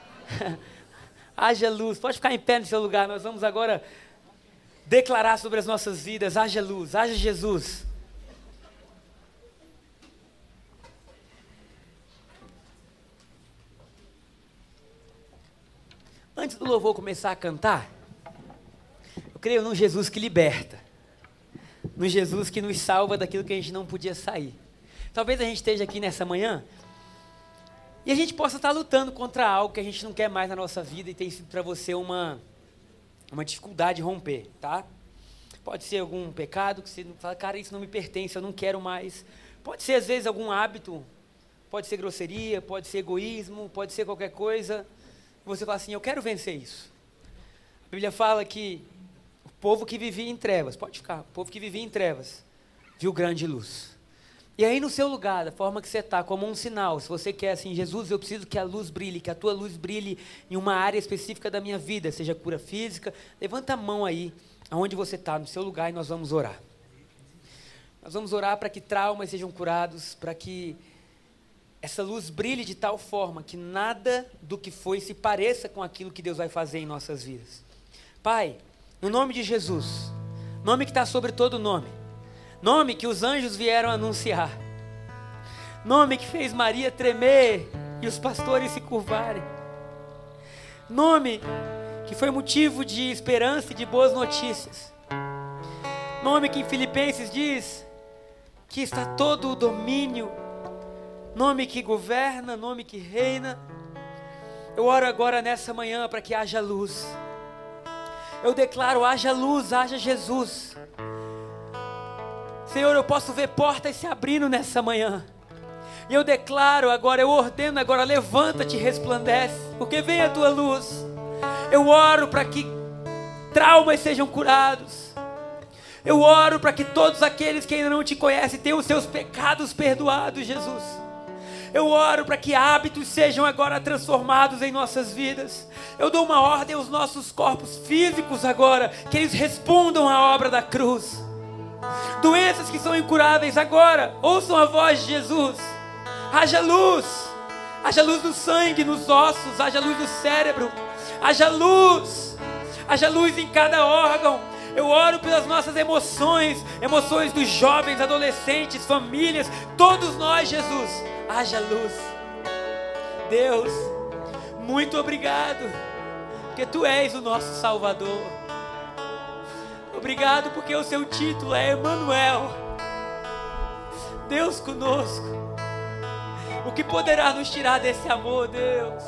Haja luz. Pode ficar em pé no seu lugar. Nós vamos agora declarar sobre as nossas vidas. Haja luz, haja Jesus. Antes do louvor começar a cantar, eu creio num Jesus que liberta. Num Jesus que nos salva daquilo que a gente não podia sair. Talvez a gente esteja aqui nessa manhã e a gente possa estar lutando contra algo que a gente não quer mais na nossa vida e tem sido para você uma dificuldade de romper, tá? Pode ser algum pecado que você fala, cara, isso não me pertence, eu não quero mais. Pode ser às vezes algum hábito pode ser grosseria, pode ser egoísmo, pode ser qualquer coisa. Você fala assim, eu quero vencer isso. A Bíblia fala que o povo que vivia em trevas, pode ficar, o povo que vivia em trevas, viu grande luz. E aí no seu lugar, da forma que você está, como um sinal, se você quer assim, Jesus, eu preciso que a luz brilhe, que a tua luz brilhe em uma área específica da minha vida, seja cura física, levanta a mão aí, aonde você está, no seu lugar, e nós vamos orar. Nós vamos orar para que traumas sejam curados, para que essa luz brilhe de tal forma que nada do que foi se pareça com aquilo que Deus vai fazer em nossas vidas. Pai, no nome de Jesus, nome que está sobre todo nome, nome que os anjos vieram anunciar, nome que fez Maria tremer e os pastores se curvarem, nome que foi motivo de esperança e de boas notícias, nome que em Filipenses diz que está todo o domínio, nome que governa, nome que reina. Eu oro agora nessa manhã para que haja luz. Eu declaro, haja luz, haja Jesus. Senhor, eu posso ver portas se abrindo nessa manhã. E eu declaro agora, eu ordeno agora, levanta-te e resplandece, porque vem a tua luz. Eu oro para que traumas sejam curados. Eu oro para que todos aqueles que ainda não te conhecem tenham os seus pecados perdoados, Jesus. Eu oro para que hábitos sejam agora transformados em nossas vidas. Eu dou uma ordem aos nossos corpos físicos agora, que eles respondam à obra da cruz. Doenças que são incuráveis agora, ouçam a voz de Jesus. Haja luz no sangue, nos ossos, haja luz no cérebro, haja luz em cada órgão. Eu oro pelas nossas emoções dos jovens, adolescentes, famílias, todos nós, Jesus. Haja luz. Deus, muito obrigado, porque Tu és o nosso Salvador. Obrigado porque o Seu título é Emanuel, Deus conosco. O que poderá nos tirar desse amor, Deus?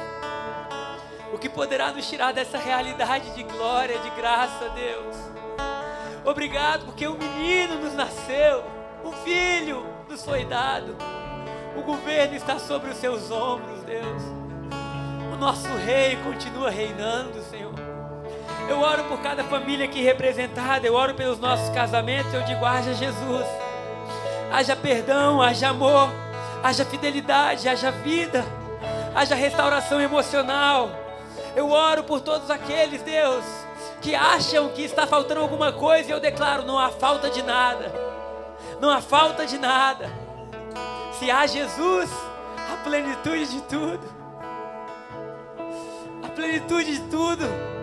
O que poderá nos tirar dessa realidade de glória, de graça, Deus? Obrigado porque um menino nos nasceu, um filho nos foi dado. O governo está sobre os Seus ombros, Deus. O nosso rei continua reinando, Senhor. Eu oro por cada família aqui representada, eu oro pelos nossos casamentos, eu digo, haja Jesus. Haja perdão, haja amor, haja fidelidade, haja vida, haja restauração emocional. Eu oro por todos aqueles, Deus, que acham que está faltando alguma coisa, e eu declaro, não há falta de nada. Não há falta de nada. Se há Jesus, a plenitude de tudo. A plenitude de tudo.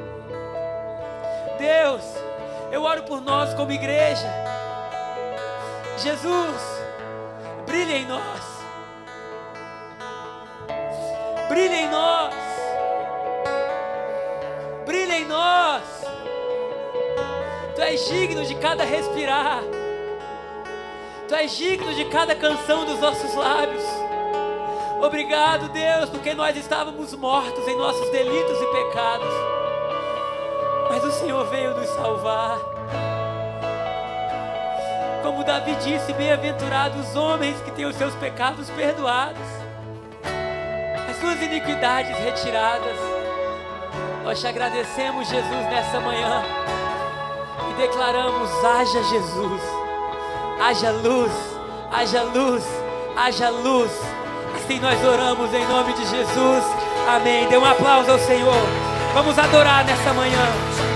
Deus, eu oro por nós como igreja. Jesus, brilha em nós. Brilha em nós. Brilha em nós. Tu és digno de cada respirar. Tu és digno de cada canção dos nossos lábios. Obrigado, Deus, porque nós estávamos mortos em nossos delitos e pecados, mas o Senhor veio nos salvar. Como Davi disse, bem-aventurados os homens que têm os seus pecados perdoados, as suas iniquidades retiradas. Nós te agradecemos, Jesus, nessa manhã, e declaramos, haja Jesus. Haja luz, haja luz, haja luz. Assim nós oramos em nome de Jesus. Amém. Dê um aplauso ao Senhor. Vamos adorar nessa manhã.